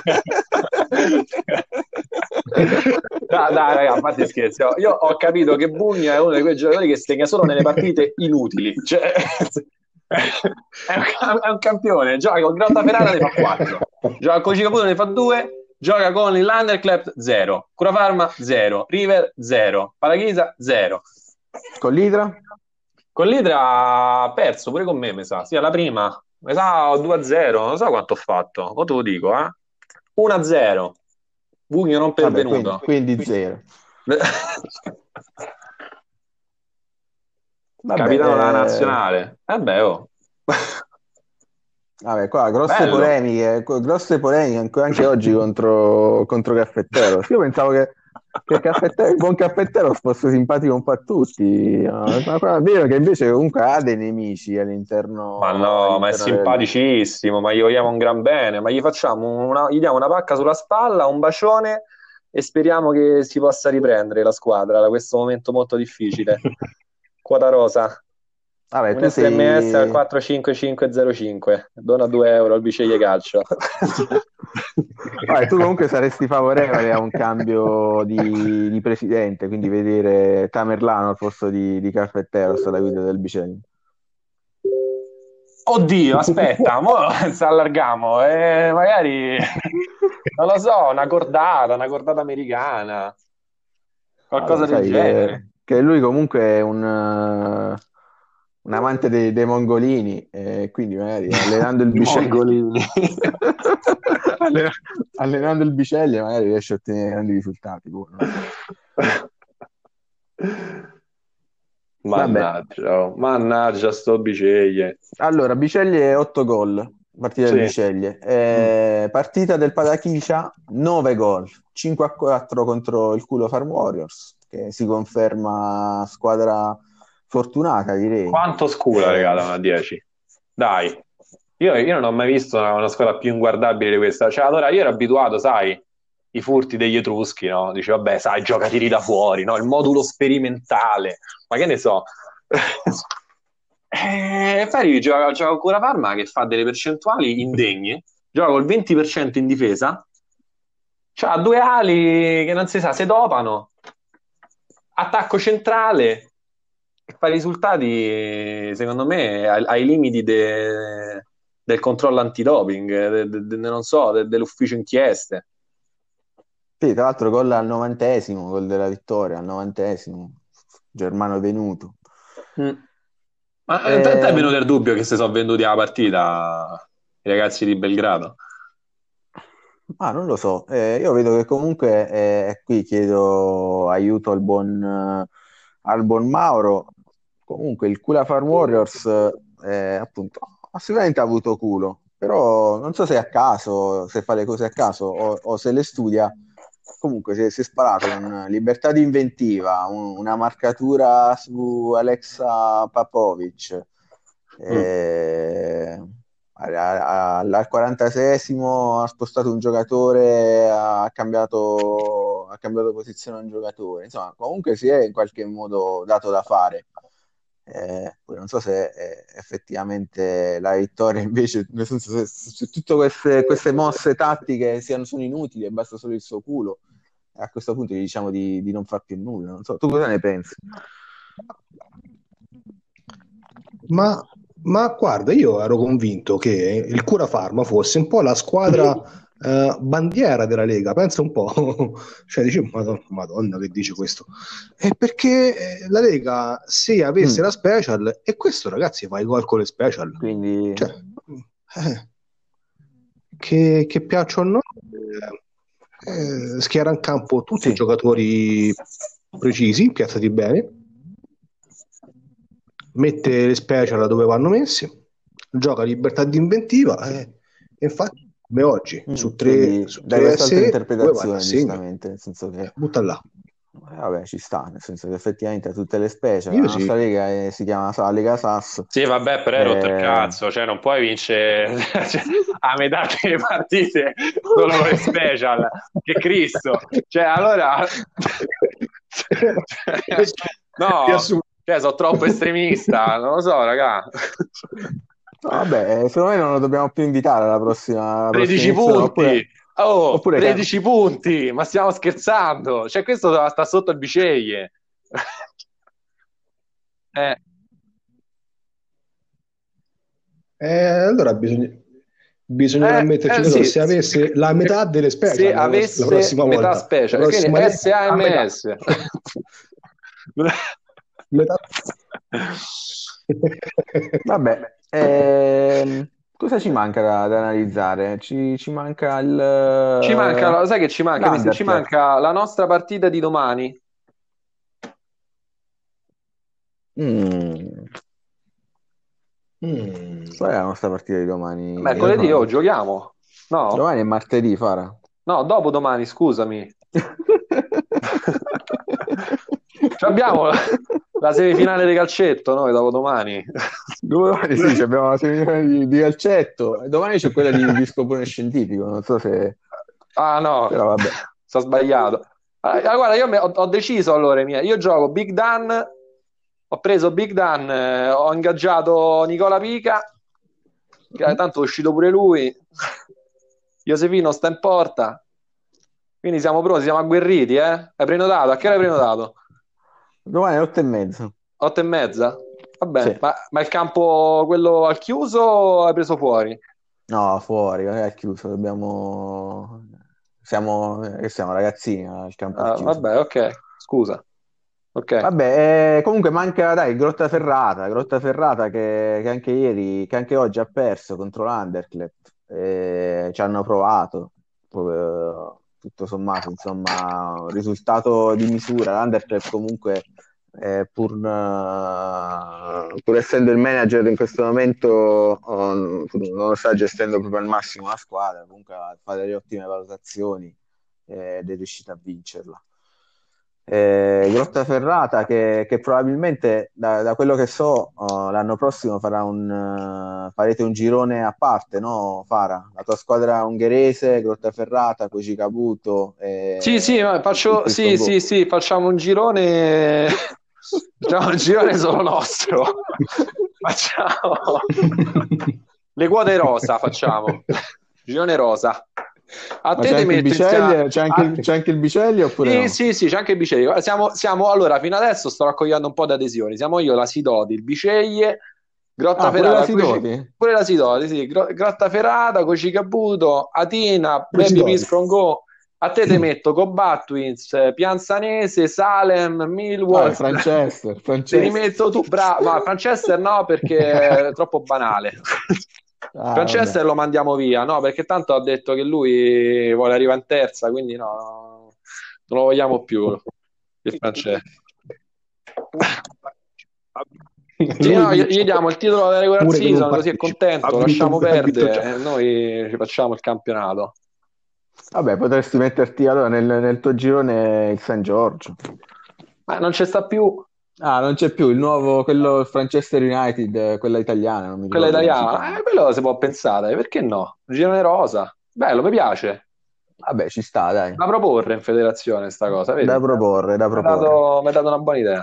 C: Dai, dai, raga, a parte scherzi. oh. Io ho capito che Bugno è uno di quei giocatori che segna solo nelle partite inutili. Cioè, è, un, è un campione. Gioca con Grottaferrata, ne fa quattro. Gioca con Cicaputo, ne fa due. Gioca con il Landerclep, zero. Curafarma, zero. River, zero. Palachisa, zero.
F: Con l'Idra?
C: Con l'Idra ha perso pure con me, mi sa. Sì, alla prima. Mi sa due a zero. Non so quanto ho fatto. Mo te lo dico, eh. uno a zero. Bugno non
F: Vabbè, quindi,
C: pervenuto.
F: quindi zero. Vabbè,
C: Capitano della
F: eh,
C: nazionale. Eh beh, oh.
F: vabbè, qua grosse
C: Bello.
F: polemiche, co- grosse polemiche anche, anche oggi contro, contro Caffettero. Io pensavo che, che Caffettero, il buon Caffettero fosse simpatico un po' a tutti, no? Ma qua vedo che invece comunque ha dei nemici all'interno,
C: Ma no, ma è
F: all'interno del...
C: simpaticissimo, ma gli vogliamo un gran bene, ma gli facciamo una, gli diamo una pacca sulla spalla, un bacione e speriamo che si possa riprendere la squadra da questo momento molto difficile. Quota rosa.
F: Vabbè,
C: Un
F: tu
C: S M S al
F: sei...
C: quattro cinque cinque zero cinque, dona due euro al Biceglie Calcio.
F: Vabbè, tu comunque saresti favorevole a un cambio di, di presidente, quindi vedere Tamerlano al posto di, di Caffetteros alla guida del Biceglie.
C: Oddio, aspetta, mo ci allargamo, eh, magari, non lo so, una cordata, una cordata americana, qualcosa
F: Vabbè,
C: del
F: sai
C: genere.
F: che, che lui comunque è un, eh, un amante dei, dei mongolini, e quindi magari allenando il
C: I
F: Biceglie,
C: mongolini.
F: alle- allenando il Biceglie magari riesce a ottenere grandi risultati. boh, non so. Vabbè,
C: Mannaggia, oh, mannaggia sto Biceglie.
F: allora Biceglie otto gol, partita del
C: Sì.
F: Biceglie. Eh, partita del Padachiscia nove gol, cinque a quattro contro il Culo Farm Warriors, che si conferma squadra fortunata, direi.
C: Quanto scula,
F: Eh,
C: regala una dieci? Dai, io, io non ho mai visto una, una squadra più inguardabile di questa. Cioè, allora io ero abituato, sai, i furti degli Etruschi, no? Dice, vabbè, sai, gioca tiri da fuori, no? Il modulo sperimentale. Ma che ne so. E poi gioca, gioca con Curafarma che fa delle percentuali indegne, gioca col venti per cento in difesa, c'ha due ali che non si sa se dopano, attacco centrale, e fa risultati, secondo me, ai, ai limiti de- del controllo antidoping, de- de- de- non so, de- dell'ufficio inchieste.
F: sì, tra l'altro gol al novantesimo, gol della vittoria al novantesimo, Germano Venuto.
C: Mm. Ma eh, te, te è
F: Eh,
C: venuto il dubbio che si sono venduti alla partita i ragazzi di Belgrado?
F: Ah, non lo so. Eh, io vedo che comunque eh, qui chiedo aiuto al buon, eh, al buon Mauro. Comunque il Kula Farm Warriors eh, appunto assolutamente ha avuto culo, però non so se è a caso, se fa le cose a caso o, o se le studia. Comunque si è, si è sparato con libertà di inventiva, un- una marcatura su Alexa Papovic.
C: Mm.
F: Eh, a- a- al quarantaseiesimo ha spostato un giocatore, ha cambiato, ha cambiato posizione a un giocatore. Insomma, comunque si è in qualche modo dato da fare. Eh, poi non so se eh, effettivamente la vittoria invece, nel senso se, se tutte queste, queste mosse tattiche siano, sono inutili e basta solo il suo culo, a questo punto gli diciamo di, di non far più nulla. Non so, tu cosa ne pensi?
D: Ma, ma guarda, io ero convinto che il Cura Pharma fosse un po' la squadra eh, bandiera della Lega. Pensa un po', cioè dici, Madonna, Madonna, che dice questo? È perché eh, la Lega, se avesse
F: Mm.
D: la special, e questo ragazzi fa i gol con le special,
F: Quindi
D: cioè, eh, che, che piacciono a noi, eh, eh, schiera in campo tutti i
F: sì,
D: giocatori precisi, piazzati bene, mette le special dove vanno messi, gioca libertà di inventiva e, e infatti come oggi
F: mm,
D: su tre,
F: quindi
D: su
F: dai
D: tre
F: questa altra
D: S E due vanno a
F: interpretazione,
D: segno.
F: giustamente, nel senso che
D: Eh, butta là.
F: eh, vabbè, ci sta, nel senso che effettivamente ha tutte le specie, la
D: Io
F: nostra
D: sì.
F: lega è- si chiama Sa- Lega Sass.
C: Sì, vabbè, però hai rotto il
F: Eh,
C: cazzo, cioè non puoi vincere cioè, a metà delle partite solo con le special, che Cristo, cioè allora cioè, no,
D: Riassunto.
C: cioè, sono troppo estremista, non lo so, raga.
F: no, vabbè, eh, secondo me non lo dobbiamo più invitare alla prossima, alla prossima
C: tredici
F: edizione,
C: punti,
F: oppure,
C: oh,
F: oppure che-
C: tredici punti, ma stiamo scherzando, cioè questo sta sotto il biceglie. Eh,
D: Eh, allora bisogna, bisognerà
C: eh,
D: metterci
C: eh,
D: d'accordo.
C: sì,
D: Se avesse la metà delle
C: se
D: special la, pros- la
C: avesse
D: prossima
C: metà
D: volta, la
C: special, quindi
D: prossima lega, a metà.
C: S A M S.
D: Metà.
F: vabbè, ehm, cosa ci manca da, da analizzare? Ci, ci manca il
C: Ci manca, lo sai che ci manca, mister? Ci
F: l'Underclap.
C: manca la nostra partita di domani.
F: Mm,
D: Mm.
F: qual è la nostra partita di domani?
C: Mercoledì, oh, giochiamo. No?
F: Domani è martedì, Fara.
C: No, dopo domani, scusami. Cioè, abbiamo la semifinale di calcetto noi dopo domani.
F: Domani sì, ci abbiamo la semifinale di, di calcetto e domani c'è quella di, di scopone scientifico, non so se...
C: Ah no,
F: Però vabbè.
C: sto sbagliato. Allora, guarda, io me- ho, ho deciso allora, mia. Io gioco Big Dan, ho preso Big Dan, eh, ho ingaggiato Nicola Pica, che tanto è uscito pure lui. Josefino sta in porta. Quindi siamo pronti, siamo agguerriti, eh? Hai prenotato? A che ora hai prenotato?
F: Domani è otto e mezza.
C: Otto e mezza? Vabbè,
F: Sì.
C: ma, ma il campo quello al chiuso o hai preso fuori?
F: No, fuori, non è chiuso, dobbiamo... Siamo, che siamo ragazzini, al campo
C: Ah,
F: al chiuso.
C: vabbè, ok, scusa. Ok.
F: Vabbè, eh, comunque manca, dai, Grottaferrata, Grottaferrata che, che anche ieri, che anche oggi ha perso contro l'Anderlecht. Eh, ci hanno provato, eh, tutto sommato, insomma, un risultato di misura. L'Anderlecht comunque, eh, pur, eh, pur essendo il manager in questo momento, oh, non lo sta gestendo proprio al massimo la squadra, comunque fa delle ottime valutazioni eh, ed è riuscita a vincerla. Eh, Grottaferrata che, che probabilmente da, da quello che so oh, l'anno prossimo farà un, uh, farete un girone a parte, no Fara? La tua squadra ungherese, Grottaferrata, Koji Kabuto e
C: Sì, sì, ma faccio,
F: il
C: sì,
F: Go.
C: sì, sì, facciamo un girone, facciamo un girone solo nostro. Facciamo le quote rosa, facciamo. Girone rosa. A
F: Ma
C: te
F: c'è
C: te
F: anche il
C: metto
F: Biceglie?
C: insieme...
F: C'è anche,
C: a-
F: il- c'è anche il Biceglie oppure
C: Sì,
F: no?
C: sì, sì, c'è anche il Biceglie. Guarda, Siamo, siamo, allora, fino adesso sto raccogliendo un po' di adesioni. Siamo io, la Sidoti, il Biceglie,
F: Ah, pure la
C: Grottaferrata, Coci-
F: Sidoti?
C: pure la Sidoti, sì, Gro- Grottaferrata, Cocicabuto, Atina, Baby
D: Sidoti.
C: Piscongo. A te te metto Combat Twins, eh, Pianzanese, Salem,
F: Ah,
C: Millwall.
F: Franchester,
C: Te li
F: Franchester.
C: metto tu, bravo. Ma Franchester no, perché è troppo banale.
F: Ah,
C: Francesco
F: vabbè.
C: lo mandiamo via, no, perché tanto ha detto che lui vuole arrivare in terza, quindi no, no, non lo vogliamo più il Francesco. Sì,
D: Lui
C: no, gli,
D: vince
C: gli diamo il titolo della regular
D: pure che non
C: season, così è
D: partecipa. Ha
C: contento,
D: vinto,
C: lasciamo
D: ha vinto già.
C: perdere e noi ci facciamo il campionato.
F: Vabbè, potresti metterti allora nel, nel tuo girone il San Giorgio.
C: Ma non ci sta più
F: Ah, non c'è più il nuovo, quello il Manchester United, eh, quella italiana, non mi
C: quella
F: ricordo come si
C: italiana.
F: chiama.
C: Eh, quello si può pensare, perché no? Girone rosa. Bello, mi piace.
F: Vabbè, ci sta, dai.
C: Da proporre in federazione sta cosa, vedi?
F: Da proporre, da
C: Mi ha
F: proporre.
C: dato, mi ha dato una buona idea.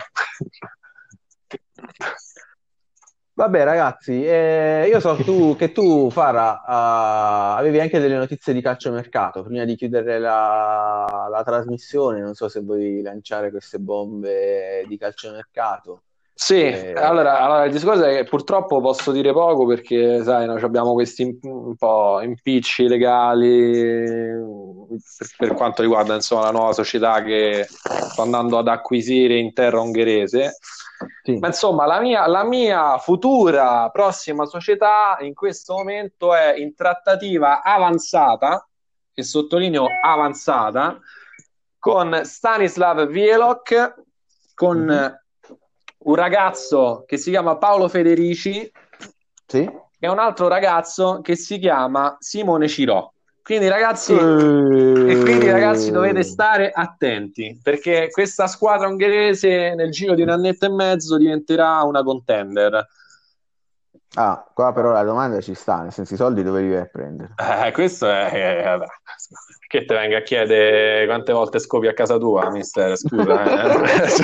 F: Vabbè, ragazzi, eh, io so tu, che tu, Fara, ah, avevi anche delle notizie di calciomercato. Prima di chiudere la, la trasmissione, non so se vuoi lanciare queste bombe di calciomercato.
C: Sì,
F: Eh,
C: allora, allora il discorso è che purtroppo posso dire poco perché, sai, noi abbiamo questi im- un po' impicci legali per, per quanto riguarda, insomma, la nuova società che sto andando ad acquisire in terra ungherese.
F: sì,
C: Ma insomma, la mia, la mia futura prossima società in questo momento è in trattativa avanzata, e sottolineo avanzata, con Stanislav Vielok, con
F: Mhm.
C: un ragazzo che si chiama Paolo Federici
F: Sì.
C: e un altro ragazzo che si chiama Simone Cirò. Quindi ragazzi,
F: Eh,
C: e quindi ragazzi dovete stare attenti perché questa squadra ungherese nel giro di un annetto e mezzo diventerà una contender.
F: Ah, qua però la domanda ci sta, nel senso i soldi dove li vai a prendere?
C: Eh, questo è, è- vabbè. Che te venga a chiedere quante volte scopi a casa tua, mister, scusa.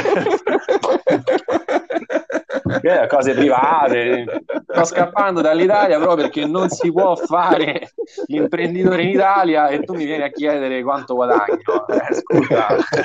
C: Eh. Cose private. Sto scappando dall'Italia proprio perché non si può fare l'imprenditore in Italia e tu mi vieni a chiedere quanto guadagno. Eh, scusa.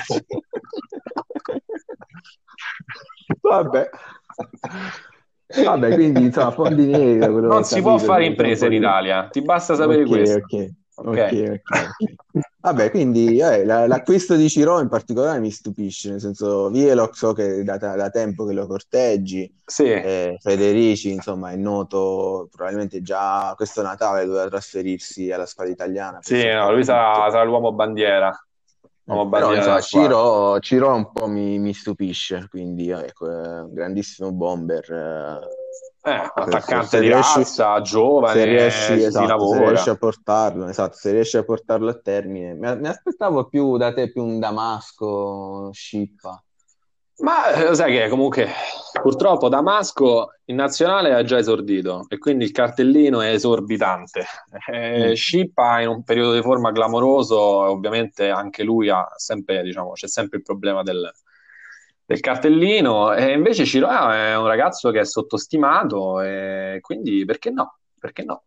F: Vabbè. Vabbè, quindi insomma, fondi neri da quello che
C: Non
F: ho
C: si può
F: capito,
C: fare
F: c'è- c'è un
C: imprese
F: po'
C: in
F: di...
C: Italia, ti basta sapere
F: Ok,
C: questo.
F: ok,
C: Ok.
F: ok, ok, ok. Vabbè, quindi eh, la- l'acquisto di Ciro in particolare mi stupisce, nel senso, Vielok so che da, da tempo che lo corteggi,
C: Sì,
F: eh, Federici, insomma, è noto, probabilmente già questo Natale doveva trasferirsi alla squadra italiana,
C: sì,
F: penso un
C: no,
F: po'
C: lui
F: tutti.
C: sarà, sarà l'uomo bandiera,
F: Mm,
C: l'uomo
F: Però
C: bandiera della
F: insomma
C: squadra.
F: Ciro, Ciro un po' mi, mi stupisce, quindi eh, ecco, è un grandissimo bomber. eh,
C: Eh,
F: se, se-
C: attaccante
F: se
C: di
F: riesci,
C: razza,
F: se
C: giovane,
F: riesci,
C: ci si
F: esatto, se
C: lavora.
F: riesci a portarlo, esatto, se riesci a portarlo a termine. Mi, mi aspettavo più da te più un Damasco, Scippa.
C: Ma eh, lo sai che comunque purtroppo Damasco in nazionale ha già esordito e quindi il cartellino è esorbitante. Eh,
F: Mm.
C: Scippa in un periodo di forma clamoroso, ovviamente anche lui ha sempre, diciamo, c'è sempre il problema del, del cartellino e invece Ciro è un ragazzo che è sottostimato e quindi perché no? Perché no?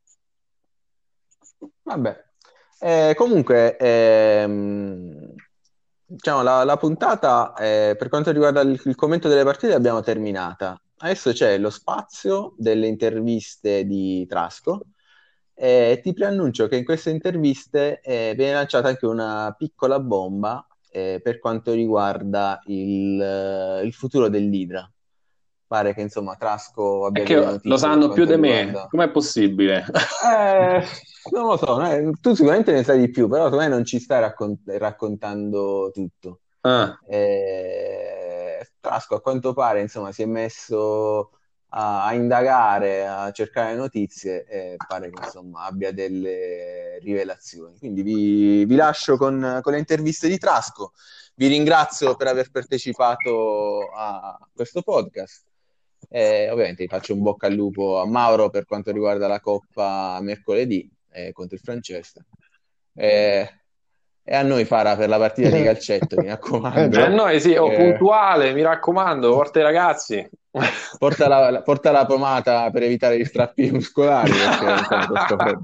F: Vabbè. Eh, comunque, ehm, diciamo, la, la puntata, eh, per quanto riguarda il, il commento delle partite, l'abbiamo terminata. Adesso c'è lo spazio delle interviste di Trasco. E ti preannuncio che in queste interviste eh, viene lanciata anche una piccola bomba eh, per quanto riguarda il, eh, il futuro dell'Idra. Pare che insomma Trasco
C: È
F: abbia
C: che
F: delle
C: lo
F: notizie per
C: sanno più
F: quanto
C: di me,
F: riguarda.
C: com'è possibile?
F: Eh, non lo so, eh, tu sicuramente ne sai di più, però secondo me non ci stai raccon- raccontando tutto.
C: Ah,
F: Eh, Trasco a quanto pare insomma si è messo a, a indagare, a cercare notizie e pare che insomma abbia delle rivelazioni. Quindi vi, vi lascio con, con le interviste di Trasco. Vi ringrazio per aver partecipato a questo podcast. E ovviamente vi faccio un bocca al lupo a Mauro per quanto riguarda la Coppa mercoledì eh, contro il Francesca. E, e a noi Fara per la partita di calcetto, mi
D: Eh
C: e a
D: già.
F: raccomando.
C: noi sì, oh,
F: eh,
C: puntuale, mi raccomando, porta i ragazzi.
F: porta, la, porta la pomata per evitare gli strappi muscolari perché insomma questo freddo.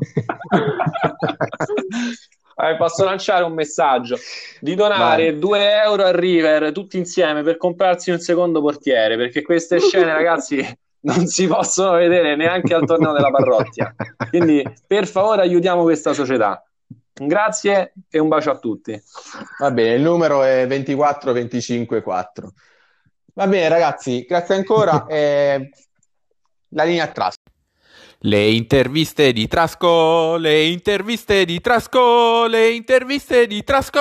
C: Eh, posso lanciare un messaggio di
F: Vai.
C: donare due euro a River tutti insieme per comprarsi un secondo portiere perché queste scene, ragazzi, non si possono vedere neanche al torneo della parrocchia. Quindi, per favore, aiutiamo questa società. Grazie e un bacio a tutti.
F: Va bene, il numero è ventiquattro venticinque quattro. Va bene ragazzi, grazie ancora. E la linea a Trasco.
A: Le interviste di Trasco, le interviste di Trasco, le interviste di Trasco.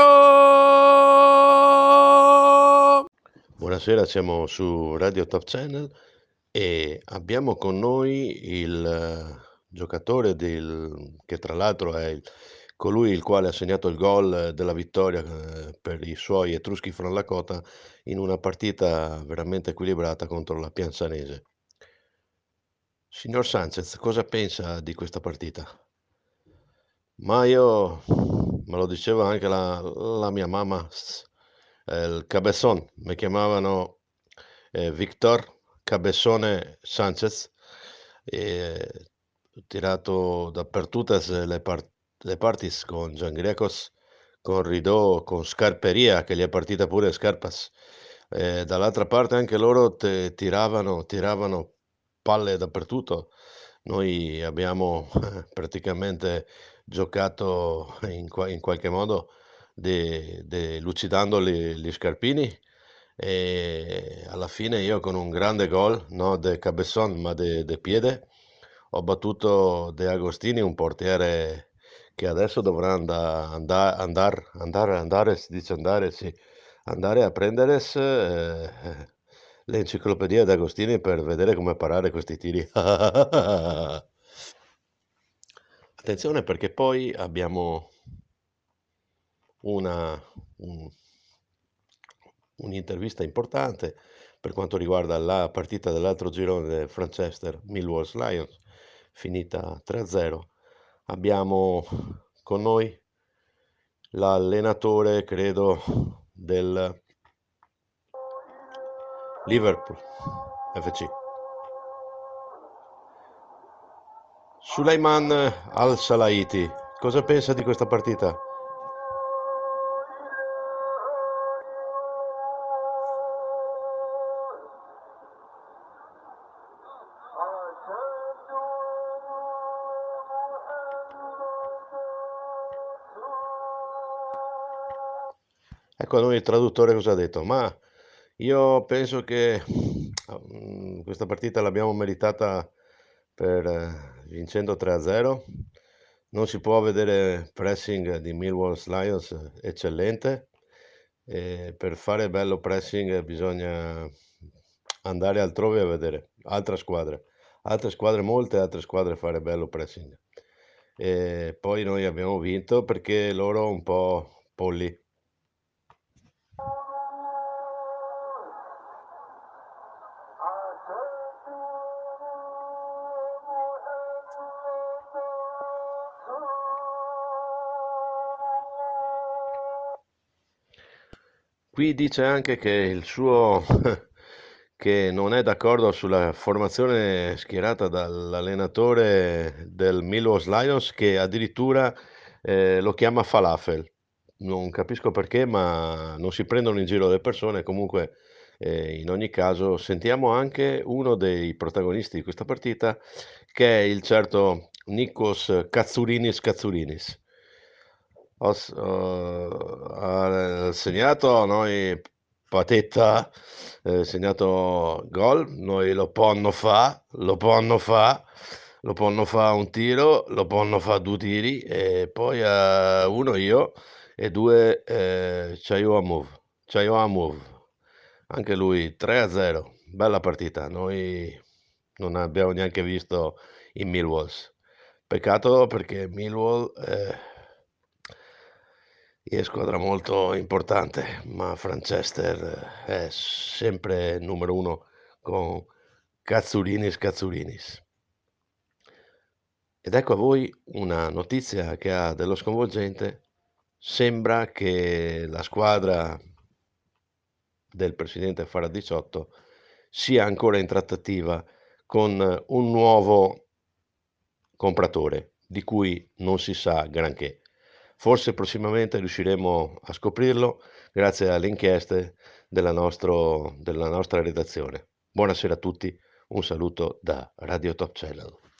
G: Buonasera, siamo su Radio Top Channel e abbiamo con noi il eh, giocatore del, che tra l'altro è il- colui il quale ha segnato il gol della vittoria eh, per i suoi Etruschi Fronlacota in una partita veramente equilibrata contro la Piansanese. Signor Sanchez, cosa pensa di questa partita? Ma io, me lo diceva anche la, la mia mamma, s- eh, il Cabezón, mi chiamavano eh, Victor Cabezone Sanchez, e ho tirato dappertutto le, par- le partis con Giangriecos, con Ridò, con Scarperia, che gli è partita pure Scarpas. Eh, dall'altra parte anche loro te- tiravano, tiravano palle dappertutto. Noi abbiamo eh, praticamente giocato in, qua- in qualche modo de- de- lucidando gli, gli scarpini e alla fine io con un grande gol, no de Cabezon ma de, de piede, ho battuto De Agostini, un portiere che adesso dovrà andare, andare, andare, andare, andare, si dice andare, sì, andare a prendere eh, l'enciclopedia De Agostini per vedere come parare questi tiri. Attenzione perché poi abbiamo una, un- un'intervista importante per quanto riguarda la partita dell'altro girone del Franchester Millwall Lions, finita tre a zero. Abbiamo con noi l'allenatore, credo, del Liverpool F C. Sulaiman Al-Salaiti, cosa pensa di questa partita? Ecco, a noi il traduttore cosa ha detto? Ma io penso che mm, questa partita l'abbiamo meritata per eh, vincendo tre a zero. Non si può vedere pressing di Millwall Lions eh, eccellente. E per fare bello pressing bisogna andare altrove a vedere altre squadre, altre squadre, molte altre squadre fare bello pressing. E poi noi abbiamo vinto perché loro un po' polli. Qui dice anche che il suo che non è d'accordo sulla formazione schierata dall'allenatore del Millwall Lions che addirittura eh, lo chiama falafel. Non capisco perché, ma non si prendono in giro le persone. Comunque, eh, in ogni caso, sentiamo anche uno dei protagonisti di questa partita, che è il certo Nikos Katsurinis Katsurinis. Ho, s- ho- ha segnato noi Patetta, eh, segnato gol, noi lo ponno fa, lo ponno fa, lo ponno fa un tiro, lo ponno fa due tiri e poi eh, uno io e due eh, Chayo Amov, Chayo Amov, anche lui tre a zero, bella partita, noi non abbiamo neanche visto i Millwalls. Peccato perché Millwall eh, è squadra molto importante, ma Franchester è sempre numero uno con Katsurinis Katsurinis. Ed ecco a voi una notizia che ha dello sconvolgente. Sembra che la squadra del presidente Farah diciotto sia ancora in trattativa con un nuovo compratore di cui non si sa granché. Forse prossimamente riusciremo a scoprirlo grazie alle inchieste della, nostro- della nostra redazione. Buonasera a tutti, un saluto da Radio Top Channel.